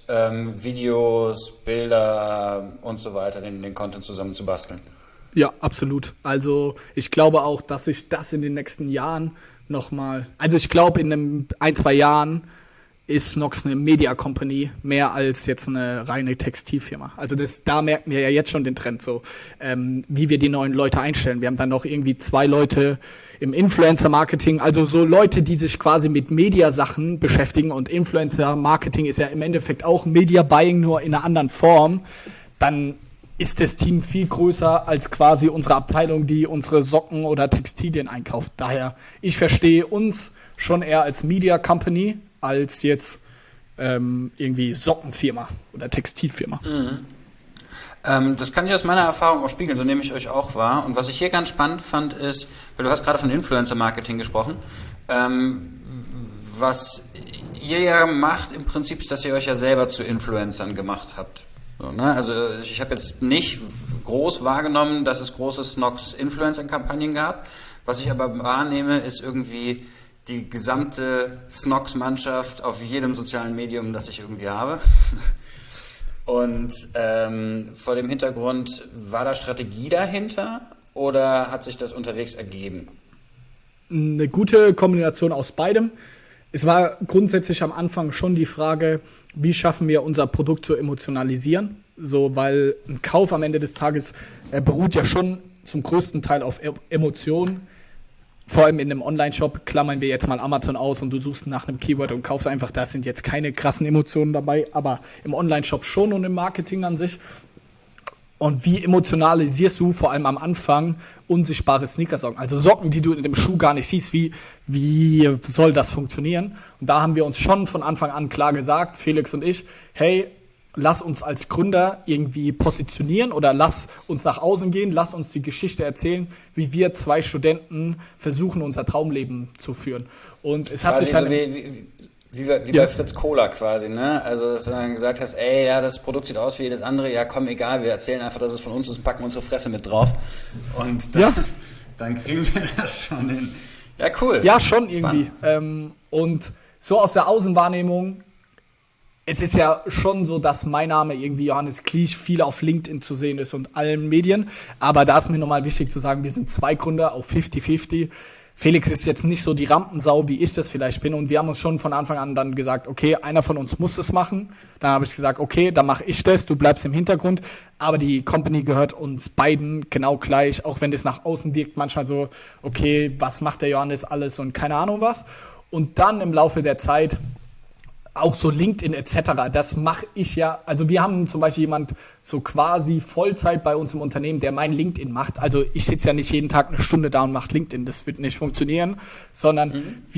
Videos, Bilder und so weiter, den Content zusammen zu basteln. Ja, absolut. Also ich glaube auch, dass sich das in den nächsten Jahren nochmal, also ich glaube in 1-2 Jahren ist Snox eine Media Company mehr als jetzt eine reine Textilfirma. Also da merken wir ja jetzt schon den Trend so, wie wir die neuen Leute einstellen. Wir haben dann noch irgendwie 2 Leute im Influencer-Marketing, also so Leute, die sich quasi mit Media-Sachen beschäftigen und Influencer-Marketing ist ja im Endeffekt auch Media-Buying nur in einer anderen Form. Dann ist das Team viel größer als quasi unsere Abteilung, die unsere Socken oder Textilien einkauft. Daher, ich verstehe uns schon eher als Media Company als jetzt irgendwie Sockenfirma oder Textilfirma. Das kann ich aus meiner Erfahrung auch spiegeln, so nehme ich euch auch wahr. Und was ich hier ganz spannend fand ist, weil du hast gerade von Influencer-Marketing gesprochen, was ihr ja macht im Prinzip ist, dass ihr euch ja selber zu Influencern gemacht habt. So, ne? Also ich habe jetzt nicht groß wahrgenommen, dass es große Snox-Influencer-Kampagnen gab. Was ich aber wahrnehme, ist irgendwie die gesamte Snox-Mannschaft auf jedem sozialen Medium, das ich irgendwie habe. Und vor dem Hintergrund, war da Strategie dahinter oder hat sich das unterwegs ergeben? Eine gute Kombination aus beidem. Es war grundsätzlich am Anfang schon die Frage, wie schaffen wir unser Produkt zu emotionalisieren? So, weil ein Kauf am Ende des Tages beruht ja schon zum größten Teil auf Emotionen. Vor allem in einem Online-Shop klammern wir jetzt mal Amazon aus und du suchst nach einem Keyword und kaufst einfach, da sind jetzt keine krassen Emotionen dabei, aber im Online-Shop schon und im Marketing an sich. Und wie emotionalisierst du vor allem am Anfang unsichtbare Sneakersocken? Also Socken, die du in dem Schuh gar nicht siehst, wie soll das funktionieren? Und da haben wir uns schon von Anfang an klar gesagt, Felix und ich, hey, lass uns als Gründer irgendwie positionieren oder lass uns nach außen gehen, lass uns die Geschichte erzählen, wie wir 2 Studenten versuchen, unser Traumleben zu führen. Und es hat quasi sich dann... So wie bei Fritz Kohler quasi, ne? Also, dass du dann gesagt hast, ey, ja, das Produkt sieht aus wie jedes andere, ja komm, egal, wir erzählen einfach, dass es von uns ist und packen unsere Fresse mit drauf. Und dann kriegen wir das schon hin. Ja, cool. Ja, schon irgendwie. Und so aus der Außenwahrnehmung, es ist ja schon so, dass mein Name irgendwie Johannes Kliesch viel auf LinkedIn zu sehen ist und allen Medien. Aber da ist mir nochmal wichtig zu sagen, wir sind 2 Gründer auf 50-50. Felix ist jetzt nicht so die Rampensau, wie ich das vielleicht bin. Und wir haben uns schon von Anfang an dann gesagt, okay, einer von uns muss das machen. Dann habe ich gesagt, okay, dann mache ich das, du bleibst im Hintergrund. Aber die Company gehört uns beiden genau gleich, auch wenn das nach außen wirkt, manchmal so, okay, was macht der Johannes alles und keine Ahnung was. Und dann im Laufe der Zeit auch so LinkedIn etc., das mache ich ja, also wir haben zum Beispiel jemand so quasi Vollzeit bei uns im Unternehmen, der mein LinkedIn macht, also ich sitze ja nicht jeden Tag eine Stunde da und mache LinkedIn, das wird nicht funktionieren, sondern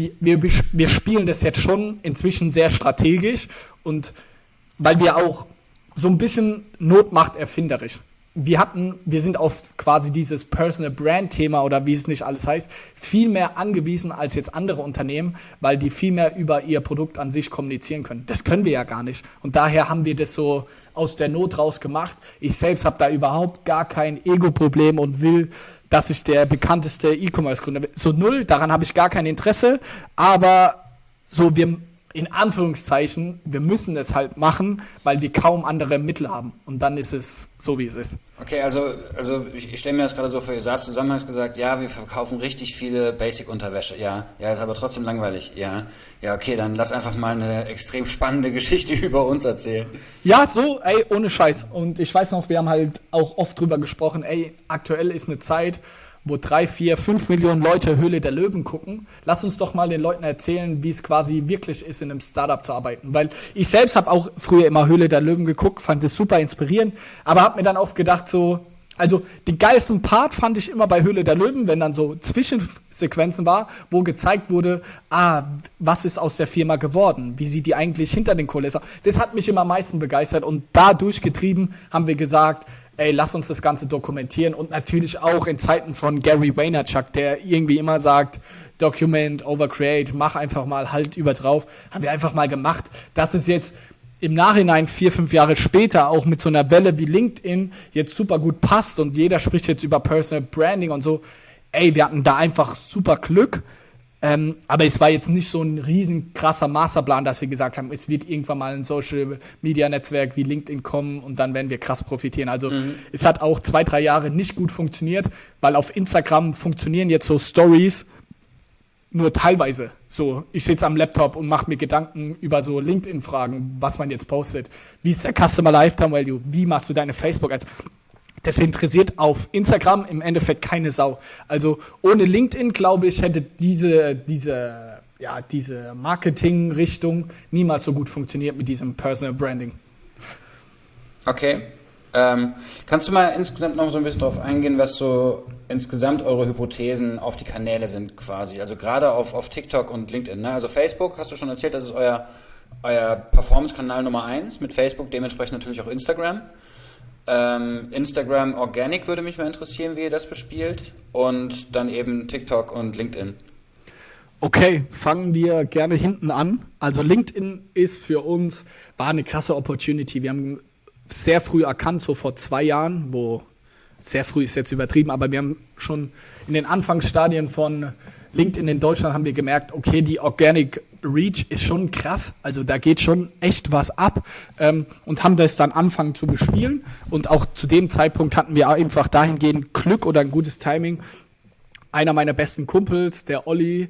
wir spielen das jetzt schon inzwischen sehr strategisch und weil wir auch so ein bisschen Not macht erfinderisch. Wir sind auf quasi dieses Personal Brand Thema oder wie es nicht alles heißt, viel mehr angewiesen als jetzt andere Unternehmen, weil die viel mehr über ihr Produkt an sich kommunizieren können. Das können wir ja gar nicht. Und daher haben wir das so aus der Not raus gemacht. Ich selbst habe da überhaupt gar kein Ego-Problem und will, dass ich der bekannteste E-Commerce-Gründer bin. So null, daran habe ich gar kein Interesse, aber so in Anführungszeichen, wir müssen es halt machen, weil wir kaum andere Mittel haben. Und dann ist es so, wie es ist. Okay, also ich stelle mir das gerade so vor, ihr saßt zusammen, hast gesagt, ja, wir verkaufen richtig viele Basic-Unterwäsche. Ja, ist aber trotzdem langweilig. Ja, okay, dann lass einfach mal eine extrem spannende Geschichte über uns erzählen. Ja, so, ey, ohne Scheiß. Und ich weiß noch, wir haben halt auch oft drüber gesprochen, ey, aktuell ist eine Zeit, wo 3, 4, 5 Millionen Leute Höhle der Löwen gucken. Lass uns doch mal den Leuten erzählen, wie es quasi wirklich ist, in einem Startup zu arbeiten. Weil ich selbst habe auch früher immer Höhle der Löwen geguckt, fand es super inspirierend, aber habe mir dann oft gedacht so, also den geilsten Part fand ich immer bei Höhle der Löwen, wenn dann so Zwischensequenzen war, wo gezeigt wurde, was ist aus der Firma geworden? Wie sieht die eigentlich hinter den Kulissen? Das hat mich immer am meisten begeistert und dadurch getrieben haben wir gesagt, ey, lass uns das Ganze dokumentieren und natürlich auch in Zeiten von Gary Vaynerchuk, der irgendwie immer sagt, document, overcreate, mach einfach mal halt über drauf, haben wir einfach mal gemacht. Dass es jetzt im Nachhinein 4, 5 Jahre später auch mit so einer Welle wie LinkedIn jetzt super gut passt und jeder spricht jetzt über Personal Branding und so, ey, wir hatten da einfach super Glück. Aber es war jetzt nicht so ein riesen krasser Masterplan, dass wir gesagt haben, es wird irgendwann mal ein Social-Media-Netzwerk wie LinkedIn kommen und dann werden wir krass profitieren. Also es hat auch 2, 3 Jahre nicht gut funktioniert, weil auf Instagram funktionieren jetzt so Stories nur teilweise. So, ich sitze am Laptop und mache mir Gedanken über so LinkedIn-Fragen, was man jetzt postet. Wie ist der Customer Lifetime Value? Wie machst du deine Facebook-Ads? Das interessiert auf Instagram im Endeffekt keine Sau. Also ohne LinkedIn, glaube ich, hätte diese Marketing-Richtung niemals so gut funktioniert mit diesem Personal Branding. Okay. Kannst du mal insgesamt noch so ein bisschen drauf eingehen, was so insgesamt eure Hypothesen auf die Kanäle sind quasi? Also gerade auf TikTok und LinkedIn. Ne? Also Facebook, hast du schon erzählt, das ist euer Performance-Kanal Nummer 1 mit Facebook, dementsprechend natürlich auch Instagram. Instagram Organic würde mich mal interessieren, wie ihr das bespielt. Und dann eben TikTok und LinkedIn. Okay, fangen wir gerne hinten an. Also LinkedIn ist für uns, war eine krasse Opportunity. Wir haben sehr früh erkannt, so vor 2 Jahren, wo sehr früh ist jetzt übertrieben, aber wir haben schon in den Anfangsstadien von LinkedIn in Deutschland haben wir gemerkt, okay, die Organic Reach ist schon krass, also da geht schon echt was ab, und haben das dann angefangen zu bespielen, und auch zu dem Zeitpunkt hatten wir einfach dahingehend Glück oder ein gutes Timing. Einer meiner besten Kumpels, der Olli,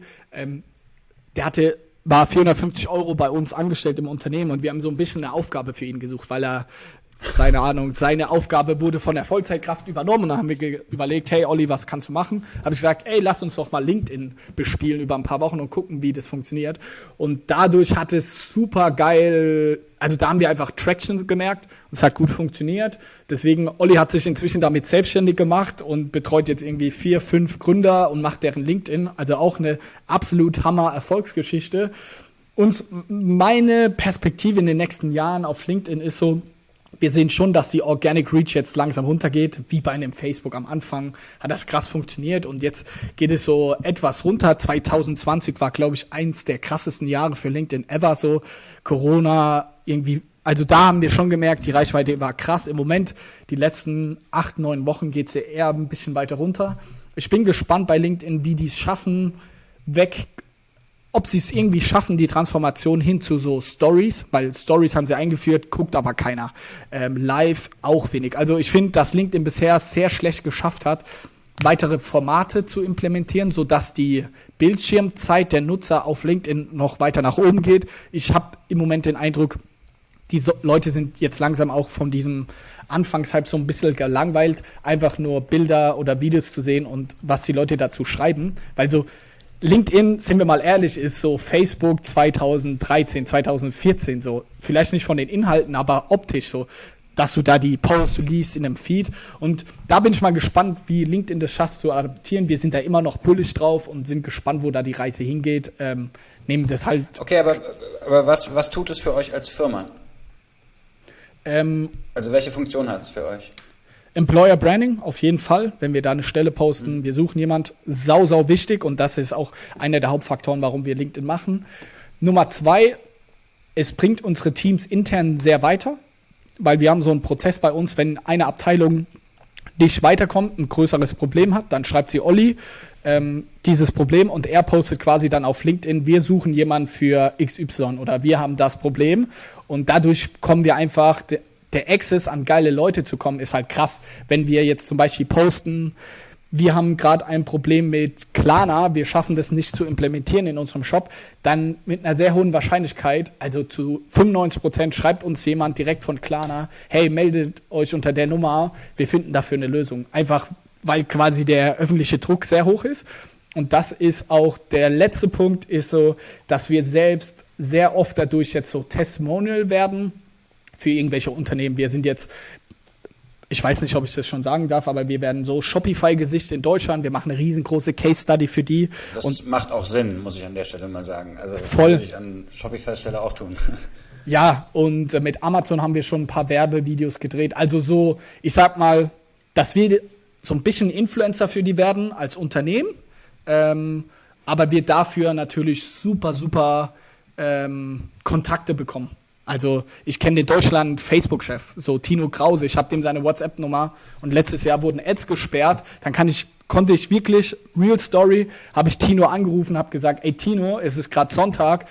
war 450 € bei uns angestellt im Unternehmen, und wir haben so ein bisschen eine Aufgabe für ihn gesucht, weil er seine Aufgabe wurde von der Vollzeitkraft übernommen, und dann haben wir überlegt, hey Olli, was kannst du machen? Habe ich gesagt, ey, lass uns doch mal LinkedIn bespielen über ein paar Wochen und gucken, wie das funktioniert. Und dadurch hat es super geil, also da haben wir einfach Traction gemerkt und es hat gut funktioniert. Deswegen, Olli hat sich inzwischen damit selbstständig gemacht und betreut jetzt irgendwie 4, 5 Gründer und macht deren LinkedIn, also auch eine absolut Hammer-Erfolgsgeschichte. Und meine Perspektive in den nächsten Jahren auf LinkedIn ist so, wir sehen schon, dass die Organic Reach jetzt langsam runtergeht, wie bei einem Facebook am Anfang hat das krass funktioniert, und jetzt geht es so etwas runter. 2020 war, glaube ich, eins der krassesten Jahre für LinkedIn ever, so Corona irgendwie, also da haben wir schon gemerkt, die Reichweite war krass. Im Moment, die letzten 8, 9 Wochen geht es ja eher ein bisschen weiter runter. Ich bin gespannt bei LinkedIn, wie die es schaffen, ob sie es irgendwie schaffen, die Transformation hin zu so Stories, weil Stories haben sie eingeführt, guckt aber keiner. Live auch wenig. Also ich finde, dass LinkedIn bisher sehr schlecht geschafft hat, weitere Formate zu implementieren, sodass die Bildschirmzeit der Nutzer auf LinkedIn noch weiter nach oben geht. Ich habe im Moment den Eindruck, die Leute sind jetzt langsam auch von diesem Anfangshype so ein bisschen gelangweilt, einfach nur Bilder oder Videos zu sehen und was die Leute dazu schreiben, weil so LinkedIn, sind wir mal ehrlich, ist so Facebook 2013, 2014 so. Vielleicht nicht von den Inhalten, aber optisch so, dass du da die Posts liest in einem Feed. Und da bin ich mal gespannt, wie LinkedIn das schafft zu adaptieren. Wir sind da immer noch bullish drauf und sind gespannt, wo da die Reise hingeht. Nehmen das halt. Okay, aber was tut es für euch als Firma? Also welche Funktion hat es für euch? Employer Branding, auf jeden Fall, wenn wir da eine Stelle posten, wir suchen jemand, sau wichtig, und das ist auch einer der Hauptfaktoren, warum wir LinkedIn machen. Nummer 2, es bringt unsere Teams intern sehr weiter, weil wir haben so einen Prozess bei uns, wenn eine Abteilung nicht weiterkommt, ein größeres Problem hat, dann schreibt sie Olli dieses Problem, und er postet quasi dann auf LinkedIn, wir suchen jemanden für XY oder wir haben das Problem, und dadurch kommen wir einfach, der Access an geile Leute zu kommen, ist halt krass. Wenn wir jetzt zum Beispiel posten, wir haben gerade ein Problem mit Klarna, wir schaffen das nicht zu implementieren in unserem Shop, dann mit einer sehr hohen Wahrscheinlichkeit, also zu 95% schreibt uns jemand direkt von Klarna, hey, meldet euch unter der Nummer, wir finden dafür eine Lösung. Einfach, weil quasi der öffentliche Druck sehr hoch ist. Und das ist auch der letzte Punkt, ist so, dass wir selbst sehr oft dadurch jetzt so Testimonial werden für irgendwelche Unternehmen. Wir sind jetzt, ich weiß nicht, ob ich das schon sagen darf, aber wir werden so Shopify-Gesicht in Deutschland. Wir machen eine riesengroße Case-Study für die. Das und macht auch Sinn, muss ich an der Stelle mal sagen. Also voll. Würde ich an Shopify-Stelle auch tun. Ja, und mit Amazon haben wir schon ein paar Werbevideos gedreht. Also so, ich sag mal, dass wir so ein bisschen Influencer für die werden als Unternehmen. Aber wir dafür natürlich super Kontakte bekommen. Also ich kenne den Deutschland-Facebook-Chef, so Tino Krause, ich habe dem seine WhatsApp-Nummer, und letztes Jahr wurden Ads gesperrt, dann konnte ich wirklich, Real Story, habe ich Tino angerufen, habe gesagt, ey Tino, es ist gerade Sonntag,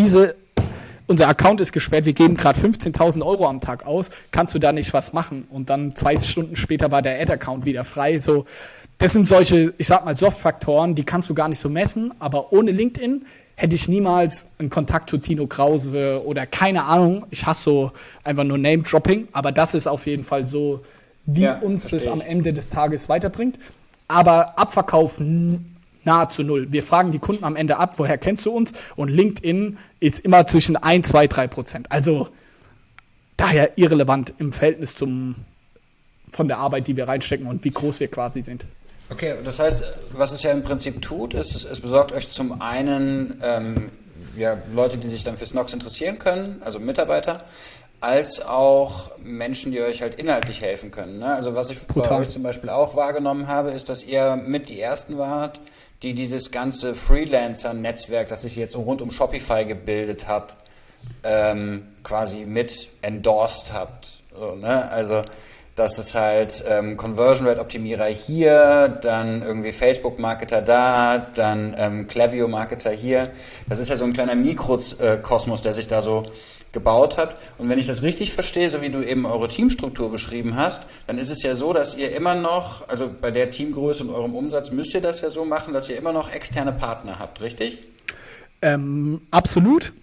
unser Account ist gesperrt, wir geben gerade 15.000 € am Tag aus, kannst du da nicht was machen? Und dann 2 Stunden später war der Ad-Account wieder frei, so. Das sind solche, ich sag mal, Soft-Faktoren, die kannst du gar nicht so messen, aber ohne LinkedIn hätte ich niemals einen Kontakt zu Tino Krause oder keine Ahnung. Ich hasse so einfach nur Name-Dropping, aber das ist auf jeden Fall so, wie uns das am Ende des Tages weiterbringt. Aber Abverkauf nahezu null. Wir fragen die Kunden am Ende ab, woher kennst du uns? Und LinkedIn ist immer zwischen 1, 2, 3%. Also daher irrelevant im Verhältnis von der Arbeit, die wir reinstecken und wie groß wir quasi sind. Okay, das heißt, was es ja im Prinzip tut, ist, es besorgt euch zum einen Leute, die sich dann für Snox interessieren können, also Mitarbeiter, als auch Menschen, die euch halt inhaltlich helfen können. Ne? Also was ich bei euch zum Beispiel auch wahrgenommen habe, ist, dass ihr mit die Ersten wart, die dieses ganze Freelancer-Netzwerk, das sich jetzt so rund um Shopify gebildet hat, quasi mit endorsed habt. So, ne? Also dass es halt Conversion Rate Optimierer hier, dann irgendwie Facebook Marketer da, dann Klaviyo Marketer hier. Das ist ja so ein kleiner Mikrokosmos, der sich da so gebaut hat. Und wenn ich das richtig verstehe, so wie du eben eure Teamstruktur beschrieben hast, dann ist es ja so, dass ihr immer noch, also bei der Teamgröße und eurem Umsatz müsst ihr das ja so machen, dass ihr immer noch externe Partner habt, richtig? Absolut.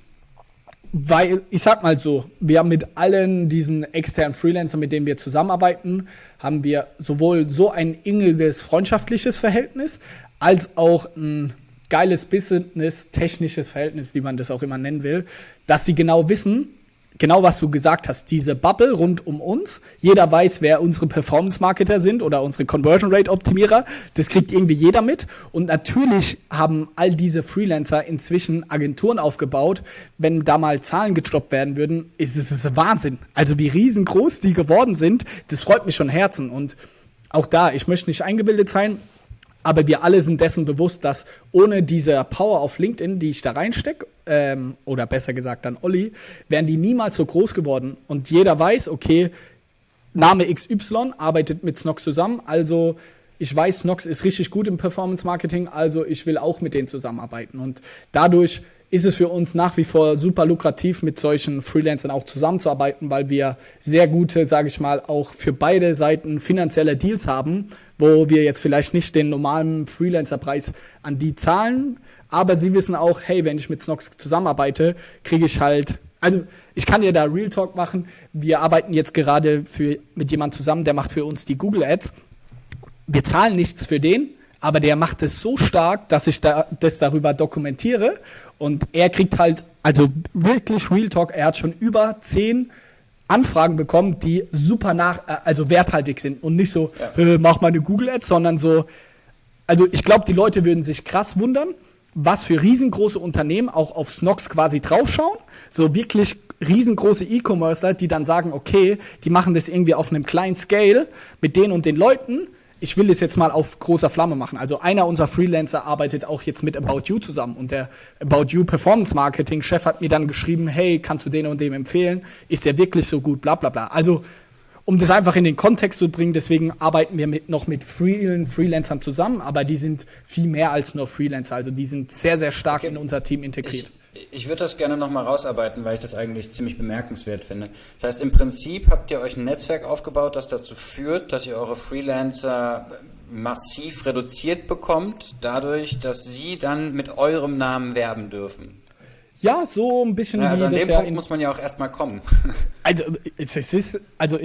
Weil, ich sag mal so, wir haben mit allen diesen externen Freelancern, mit denen wir zusammenarbeiten, haben wir sowohl so ein inniges freundschaftliches Verhältnis, als auch ein geiles Business-technisches Verhältnis, wie man das auch immer nennen will, dass sie genau wissen, genau was du gesagt hast, diese Bubble rund um uns, jeder weiß, wer unsere Performance-Marketer sind oder unsere Conversion-Rate-Optimierer, das kriegt irgendwie jeder mit und natürlich haben all diese Freelancer inzwischen Agenturen aufgebaut, wenn da mal Zahlen gestoppt werden würden, ist es Wahnsinn, also wie riesengroß die geworden sind, das freut mich von Herzen und auch da, ich möchte nicht eingebildet sein, aber wir alle sind dessen bewusst, dass ohne diese Power auf LinkedIn, die ich da reinstecke, oder besser gesagt dann Olli, wären die niemals so groß geworden. Und jeder weiß, okay, Name XY arbeitet mit Snox zusammen, also ich weiß, Snox ist richtig gut im Performance-Marketing, also ich will auch mit denen zusammenarbeiten. Und dadurch ist es für uns nach wie vor super lukrativ, mit solchen Freelancern auch zusammenzuarbeiten, weil wir sehr gute, sage ich mal, auch für beide Seiten finanzielle Deals haben, wo wir jetzt vielleicht nicht den normalen Freelancer-Preis an die zahlen, aber sie wissen auch, hey, wenn ich mit Snox zusammenarbeite, kriege ich halt, also ich kann dir da Real Talk machen, wir arbeiten jetzt gerade mit jemandem zusammen, der macht für uns die Google Ads, wir zahlen nichts für den, aber der macht es so stark, dass ich das darüber dokumentiere und er kriegt halt, also wirklich Real Talk, er hat schon über 10 Anfragen bekommen, die super also werthaltig sind und nicht so, mach mal eine Google Ads, sondern so, also ich glaube, die Leute würden sich krass wundern, was für riesengroße Unternehmen auch auf Snox quasi draufschauen, so wirklich riesengroße E-Commercer, die dann sagen, okay, die machen das irgendwie auf einem kleinen Scale mit den und den Leuten, ich will das jetzt mal auf großer Flamme machen. Also einer unserer Freelancer arbeitet auch jetzt mit About You zusammen und der About You Performance Marketing Chef hat mir dann geschrieben, hey, kannst du den und dem empfehlen? Ist der wirklich so gut? Bla bla bla. Also um das einfach in den Kontext zu bringen, deswegen arbeiten wir noch mit vielen Freelancern zusammen, aber die sind viel mehr als nur Freelancer. Also die sind sehr, sehr stark in unser Team integriert. Ich würde das gerne nochmal rausarbeiten, weil ich das eigentlich ziemlich bemerkenswert finde. Das heißt, im Prinzip habt ihr euch ein Netzwerk aufgebaut, das dazu führt, dass ihr eure Freelancer massiv reduziert bekommt, dadurch, dass sie dann mit eurem Namen werben dürfen. Ja, so ein bisschen. Ja, also an dem Punkt muss man ja auch erstmal kommen. Also es ist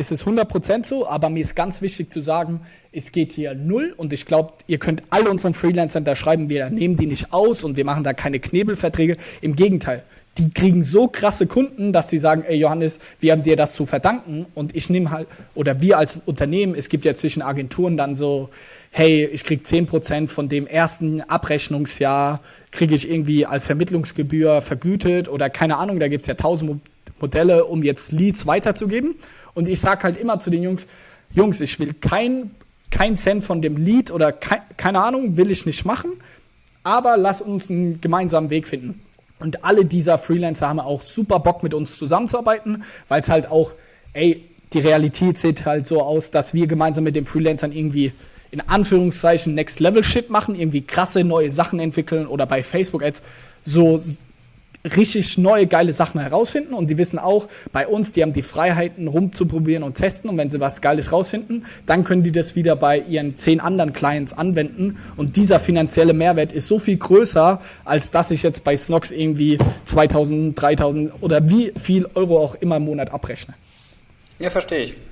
100% so, aber mir ist ganz wichtig zu sagen, es geht hier null und ich glaube, ihr könnt alle unseren Freelancern da schreiben, wir nehmen die nicht aus und wir machen da keine Knebelverträge. Im Gegenteil, die kriegen so krasse Kunden, dass sie sagen, ey Johannes, wir haben dir das zu verdanken und ich nehme halt, oder wir als Unternehmen, es gibt ja zwischen Agenturen dann so, hey, ich krieg 10% von dem ersten Abrechnungsjahr, kriege ich irgendwie als Vermittlungsgebühr vergütet oder keine Ahnung, da gibt's ja 1000 Modelle, um jetzt Leads weiterzugeben. Und ich sag halt immer zu den Jungs, ich will kein Cent von dem Lead oder keine Ahnung, will ich nicht machen, aber lass uns einen gemeinsamen Weg finden. Und alle dieser Freelancer haben auch super Bock, mit uns zusammenzuarbeiten, weil es halt auch, die Realität sieht halt so aus, dass wir gemeinsam mit den Freelancern irgendwie in Anführungszeichen Next-Level-Shit machen, irgendwie krasse neue Sachen entwickeln oder bei Facebook-Ads so richtig neue, geile Sachen herausfinden und die wissen auch, bei uns, die haben die Freiheiten rumzuprobieren und testen und wenn sie was Geiles rausfinden, dann können die das wieder bei ihren 10 anderen Clients anwenden und dieser finanzielle Mehrwert ist so viel größer, als dass ich jetzt bei Snox irgendwie 2000, 3000 oder wie viel Euro auch immer im Monat abrechne. Ja, verstehe ich.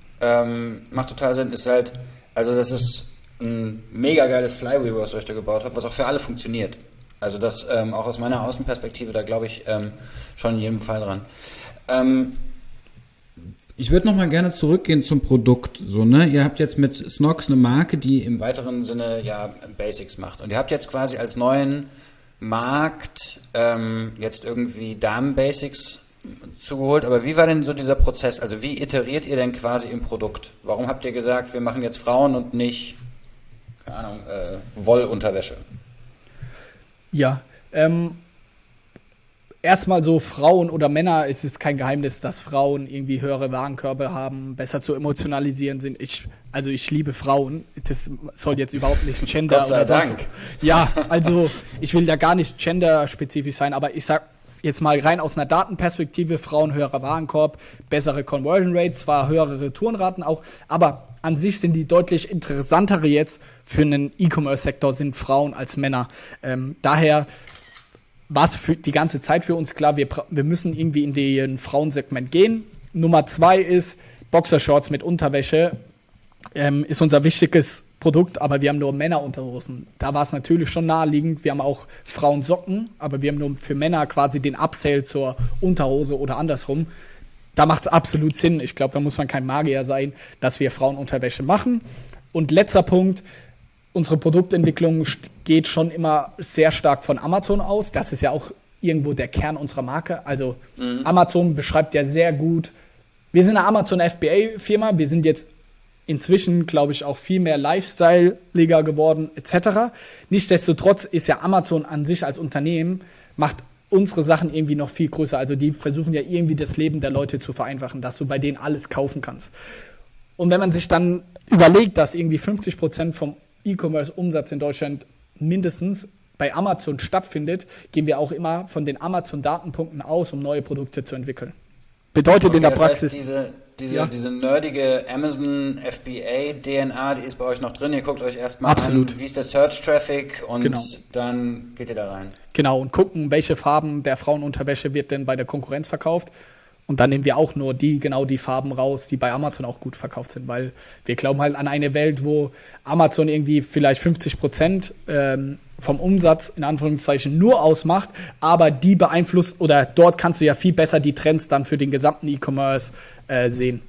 Macht total Sinn, ist halt, also das ist ein mega geiles Flywheel, was ihr euch da gebaut habt, was auch für alle funktioniert. Also das auch aus meiner Außenperspektive, da glaube ich schon in jedem Fall dran. Ich würde nochmal gerne zurückgehen zum Produkt. So, ne? Ihr habt jetzt mit Snox eine Marke, die im weiteren Sinne ja Basics macht. Und ihr habt jetzt quasi als neuen Markt jetzt irgendwie Damen-Basics zugeholt. Aber wie war denn so dieser Prozess? Also wie iteriert ihr denn quasi im Produkt? Warum habt ihr gesagt, wir machen jetzt Frauen und nicht, keine Ahnung, Wollunterwäsche? Ja, erstmal so Frauen oder Männer, es ist kein Geheimnis, dass Frauen irgendwie höhere Warenkörbe haben, besser zu emotionalisieren sind. Ich liebe Frauen. Das soll jetzt überhaupt nicht Gender Gott sei oder sonst. Dank. Ja, also ich will da gar nicht genderspezifisch sein, aber ich sag jetzt mal rein aus einer Datenperspektive, Frauen höherer Warenkorb, bessere Conversion Rate, zwar höhere Retourenraten auch, aber an sich sind die deutlich interessantere jetzt für einen E-Commerce-Sektor sind Frauen als Männer. Daher war es für die ganze Zeit für uns klar, wir müssen irgendwie in den Frauensegment gehen. Nummer 2 ist Boxershorts mit Unterwäsche. Ist unser wichtiges Produkt, aber wir haben nur Männerunterhosen. Da war es natürlich schon naheliegend. Wir haben auch Frauensocken, aber wir haben nur für Männer quasi den Upsell zur Unterhose oder andersrum. Da macht es absolut Sinn. Ich glaube, da muss man kein Magier sein, dass wir Frauenunterwäsche machen. Und letzter Punkt, unsere Produktentwicklung geht schon immer sehr stark von Amazon aus. Das ist ja auch irgendwo der Kern unserer Marke. Also Amazon beschreibt ja sehr gut, wir sind eine Amazon FBA-Firma, wir sind jetzt inzwischen, glaube ich, auch viel mehr Lifestyle-Liga geworden, etc. Nichtsdestotrotz ist ja Amazon an sich als Unternehmen, macht unsere Sachen irgendwie noch viel größer. Also die versuchen ja irgendwie das Leben der Leute zu vereinfachen, dass du bei denen alles kaufen kannst. Und wenn man sich dann überlegt, dass irgendwie 50% vom E-Commerce-Umsatz in Deutschland mindestens bei Amazon stattfindet, gehen wir auch immer von den Amazon-Datenpunkten aus, um neue Produkte zu entwickeln. Bedeutet in der Praxis... Diese nerdige Amazon FBA DNA, die ist bei euch noch drin. Ihr guckt euch erstmal an, wie ist der Search Traffic und dann geht ihr da rein. Genau, und gucken, welche Farben der Frauenunterwäsche wird denn bei der Konkurrenz verkauft. Und dann nehmen wir auch nur die Farben raus, die bei Amazon auch gut verkauft sind, weil wir glauben halt an eine Welt, wo Amazon irgendwie vielleicht 50% vom Umsatz in Anführungszeichen nur ausmacht, aber die beeinflusst oder dort kannst du ja viel besser die Trends dann für den gesamten E-Commerce sehen.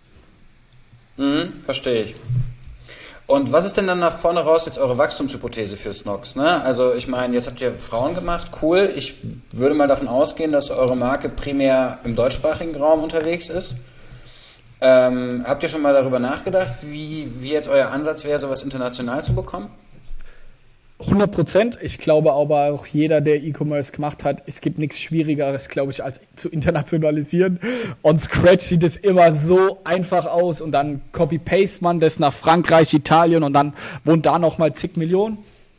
Verstehe ich. Und was ist denn dann nach vorne raus jetzt eure Wachstumshypothese für Snox? Ne? Also ich meine, jetzt habt ihr Frauen gemacht, cool. Ich würde mal davon ausgehen, dass eure Marke primär im deutschsprachigen Raum unterwegs ist. Habt ihr schon mal darüber nachgedacht, wie jetzt euer Ansatz wäre, sowas international zu bekommen? 100%. Ich glaube aber auch jeder, der E-Commerce gemacht hat, es gibt nichts Schwierigeres, glaube ich, als zu internationalisieren. On Scratch sieht es immer so einfach aus und dann copy-paste man das nach Frankreich, Italien und dann wohnt da nochmal zig Millionen.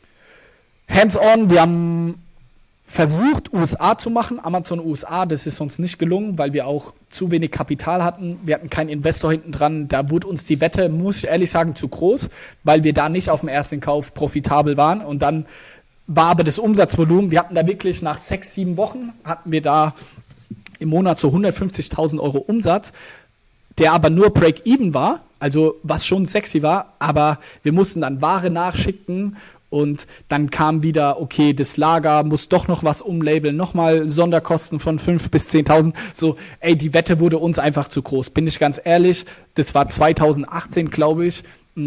Hands-on, wir haben versucht, USA zu machen, Amazon USA, das ist uns nicht gelungen, weil wir auch zu wenig Kapital hatten. Wir hatten keinen Investor hinten dran. Da wurde uns die Wette, muss ich ehrlich sagen, zu groß, weil wir da nicht auf dem ersten Kauf profitabel waren. Und dann war aber das Umsatzvolumen, wir hatten da wirklich nach 6-7 Wochen, hatten wir da im Monat so 150.000 Euro Umsatz, der aber nur Break-Even war, also was schon sexy war, aber wir mussten dann Ware nachschicken. Und dann kam wieder, okay, das Lager muss doch noch was umlabeln, nochmal Sonderkosten von 5.000 bis 10.000. So, die Wette wurde uns einfach zu groß. Bin ich ganz ehrlich, das war 2018, glaube ich.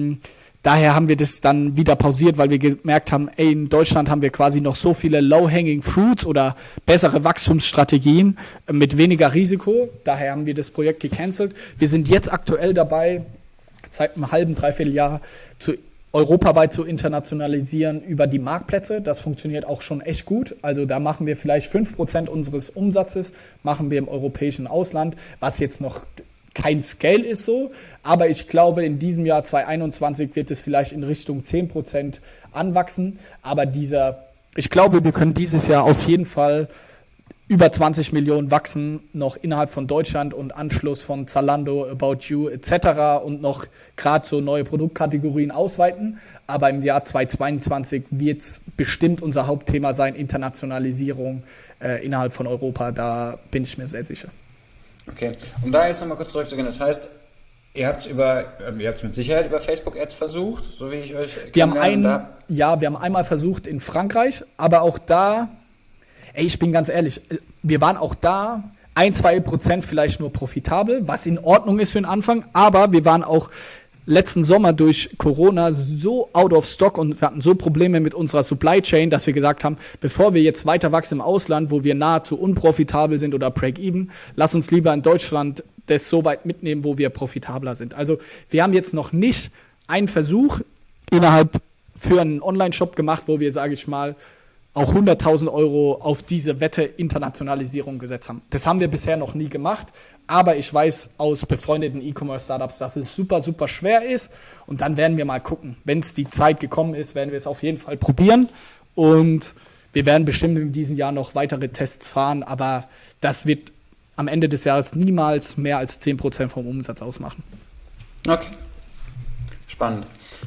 Daher haben wir das dann wieder pausiert, weil wir gemerkt haben, in Deutschland haben wir quasi noch so viele low-hanging fruits oder bessere Wachstumsstrategien mit weniger Risiko. Daher haben wir das Projekt gecancelt. Wir sind jetzt aktuell dabei, seit einem halben, dreiviertel Jahr europaweit zu internationalisieren über die Marktplätze. Das funktioniert auch schon echt gut. Also da machen wir vielleicht 5% unseres Umsatzes, machen wir im europäischen Ausland, was jetzt noch kein Scale ist so. Aber ich glaube, in diesem Jahr 2021 wird es vielleicht in Richtung 10% anwachsen. Aber ich glaube, wir können dieses Jahr auf jeden Fall über 20 Millionen wachsen, noch innerhalb von Deutschland und Anschluss von Zalando, About You etc. und noch gerade so neue Produktkategorien ausweiten. Aber im Jahr 2022 wird es bestimmt unser Hauptthema sein, Internationalisierung innerhalb von Europa. Da bin ich mir sehr sicher. Okay, um da jetzt nochmal kurz zurückzugehen, das heißt, ihr habt es mit Sicherheit über Facebook-Ads versucht, so wie ich euch kennengelernt habe? Wir haben einmal versucht in Frankreich, aber auch da... ich bin ganz ehrlich, wir waren auch da 1-2% vielleicht nur profitabel, was in Ordnung ist für den Anfang, aber wir waren auch letzten Sommer durch Corona so out of stock und wir hatten so Probleme mit unserer Supply Chain, dass wir gesagt haben, bevor wir jetzt weiter wachsen im Ausland, wo wir nahezu unprofitabel sind oder break-even, lass uns lieber in Deutschland das so weit mitnehmen, wo wir profitabler sind. Also wir haben jetzt noch nicht einen Versuch für einen Online-Shop gemacht, wo wir, sage ich mal, auch 100.000 Euro auf diese Wette Internationalisierung gesetzt haben. Das haben wir bisher noch nie gemacht, aber ich weiß aus befreundeten E-Commerce-Startups, dass es super, super schwer ist und dann werden wir mal gucken. Wenn es die Zeit gekommen ist, werden wir es auf jeden Fall probieren und wir werden bestimmt in diesem Jahr noch weitere Tests fahren, aber das wird am Ende des Jahres niemals mehr als 10% vom Umsatz ausmachen. Okay, spannend.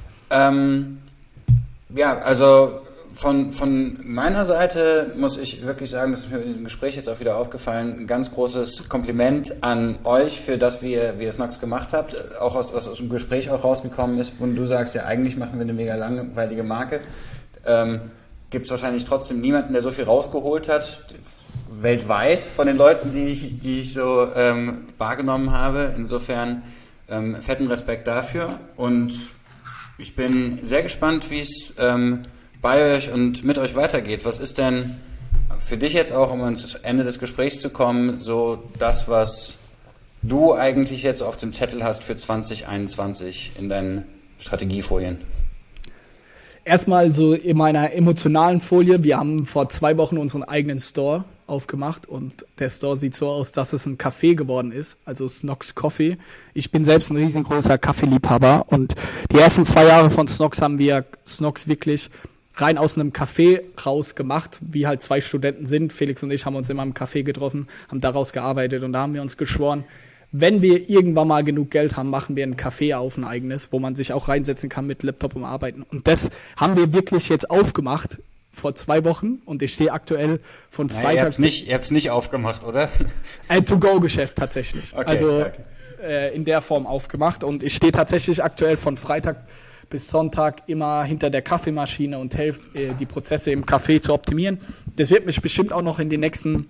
Ja, also von meiner Seite muss ich wirklich sagen, das ist mir in diesem Gespräch jetzt auch wieder aufgefallen, ein ganz großes Kompliment an euch für das, wie ihr Snox gemacht habt, auch was aus dem Gespräch auch rausgekommen ist, wo du sagst, ja eigentlich machen wir eine mega langweilige Marke, gibt es wahrscheinlich trotzdem niemanden, der so viel rausgeholt hat, weltweit von den Leuten, die ich so wahrgenommen habe, insofern fetten Respekt dafür und ich bin sehr gespannt, wie es bei euch und mit euch weitergeht. Was ist denn für dich jetzt auch, um ans Ende des Gesprächs zu kommen, so das, was du eigentlich jetzt auf dem Zettel hast für 2021 in deinen Strategiefolien? Erstmal so in meiner emotionalen Folie. Wir haben vor 2 Wochen unseren eigenen Store aufgemacht und der Store sieht so aus, dass es ein Café geworden ist, also Snox Coffee. Ich bin selbst ein riesengroßer Kaffeeliebhaber und die ersten 2 Jahre von Snox haben wir Snox wirklich rein aus einem Café rausgemacht, wie halt 2 Studenten sind. Felix und ich haben uns immer im Café getroffen, haben daraus gearbeitet und da haben wir uns geschworen, wenn wir irgendwann mal genug Geld haben, machen wir ein Café auf, ein eigenes, wo man sich auch reinsetzen kann mit Laptop und Arbeiten. Und das haben wir wirklich jetzt aufgemacht vor 2 Wochen und ich stehe aktuell von Freitag... Ihr habt's nicht aufgemacht, oder? Ein To-Go-Geschäft tatsächlich. Okay, also okay. In der Form aufgemacht und ich stehe tatsächlich aktuell von Freitag bis Sonntag immer hinter der Kaffeemaschine und helfe, die Prozesse im Café zu optimieren. Das wird mich bestimmt auch noch in den nächsten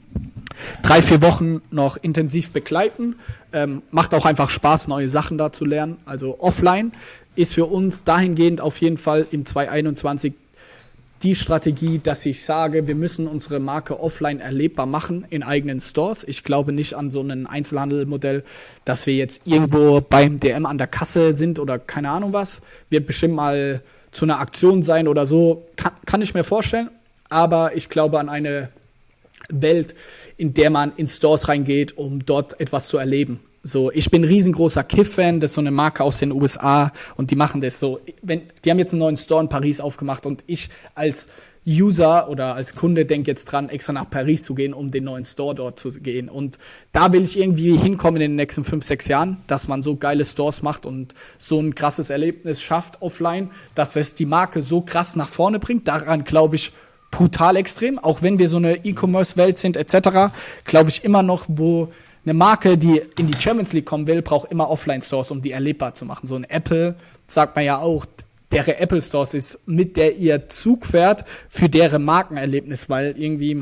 3-4 Wochen noch intensiv begleiten. Macht auch einfach Spaß, neue Sachen da zu lernen. Also offline ist für uns dahingehend auf jeden Fall im 2021 die Strategie, dass ich sage, wir müssen unsere Marke offline erlebbar machen in eigenen Stores. Ich glaube nicht an so ein Einzelhandelmodell, dass wir jetzt irgendwo beim DM an der Kasse sind oder keine Ahnung was. Wird bestimmt mal zu einer Aktion sein oder so. Kann ich mir vorstellen. Aber ich glaube an eine Welt, in der man in Stores reingeht, um dort etwas zu erleben. So, ich bin ein riesengroßer Kith-Fan, das ist so eine Marke aus den USA und die machen das so. Die haben jetzt einen neuen Store in Paris aufgemacht und ich als User oder als Kunde denke jetzt dran, extra nach Paris zu gehen, um den neuen Store dort zu gehen. Und da will ich irgendwie hinkommen in den nächsten 5-6 Jahren, dass man so geile Stores macht und so ein krasses Erlebnis schafft offline, dass es die Marke so krass nach vorne bringt. Daran glaube ich brutal extrem. Auch wenn wir so eine E-Commerce-Welt sind etc., glaube ich immer noch, wo eine Marke, die in die Champions League kommen will, braucht immer Offline-Stores, um die erlebbar zu machen. So ein Apple, sagt man ja auch, deren Apple Stores ist, mit der ihr Zug fährt, für deren Markenerlebnis, weil irgendwie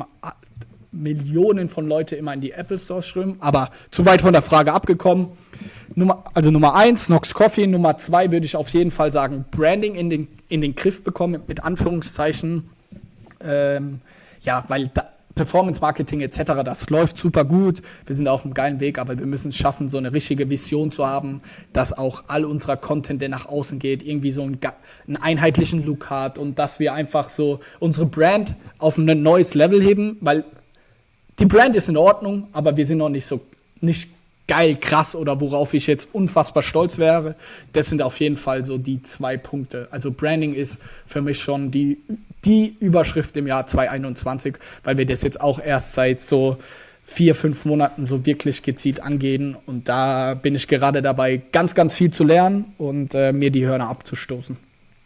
Millionen von Leuten immer in die Apple Stores strömen. Aber zu weit von der Frage abgekommen. Nummer 1, Snox Coffee. Nummer 2 würde ich auf jeden Fall sagen, Branding in den Griff bekommen, mit Anführungszeichen. Weil Performance-Marketing etc., das läuft super gut, wir sind auf einem geilen Weg, aber wir müssen es schaffen, so eine richtige Vision zu haben, dass auch all unser Content, der nach außen geht, irgendwie so einen einheitlichen Look hat und dass wir einfach so unsere Brand auf ein neues Level heben, weil die Brand ist in Ordnung, aber wir sind noch nicht geil, krass oder worauf ich jetzt unfassbar stolz wäre. Das sind auf jeden Fall so die 2 Punkte. Also Branding ist für mich schon die Überschrift im Jahr 2021, weil wir das jetzt auch erst seit so 4-5 Monaten so wirklich gezielt angehen. Und da bin ich gerade dabei, ganz, ganz viel zu lernen und mir die Hörner abzustoßen.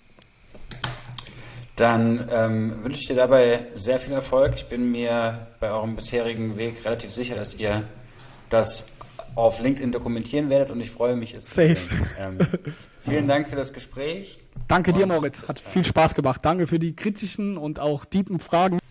Dann wünsche ich dir dabei sehr viel Erfolg. Ich bin mir bei eurem bisherigen Weg relativ sicher, dass ihr das auf LinkedIn dokumentieren werdet und ich freue mich, es zu sehen. Vielen Dank für das Gespräch. Danke dir, Moritz. Hat viel Spaß gemacht. Danke für die kritischen und auch tiefen Fragen.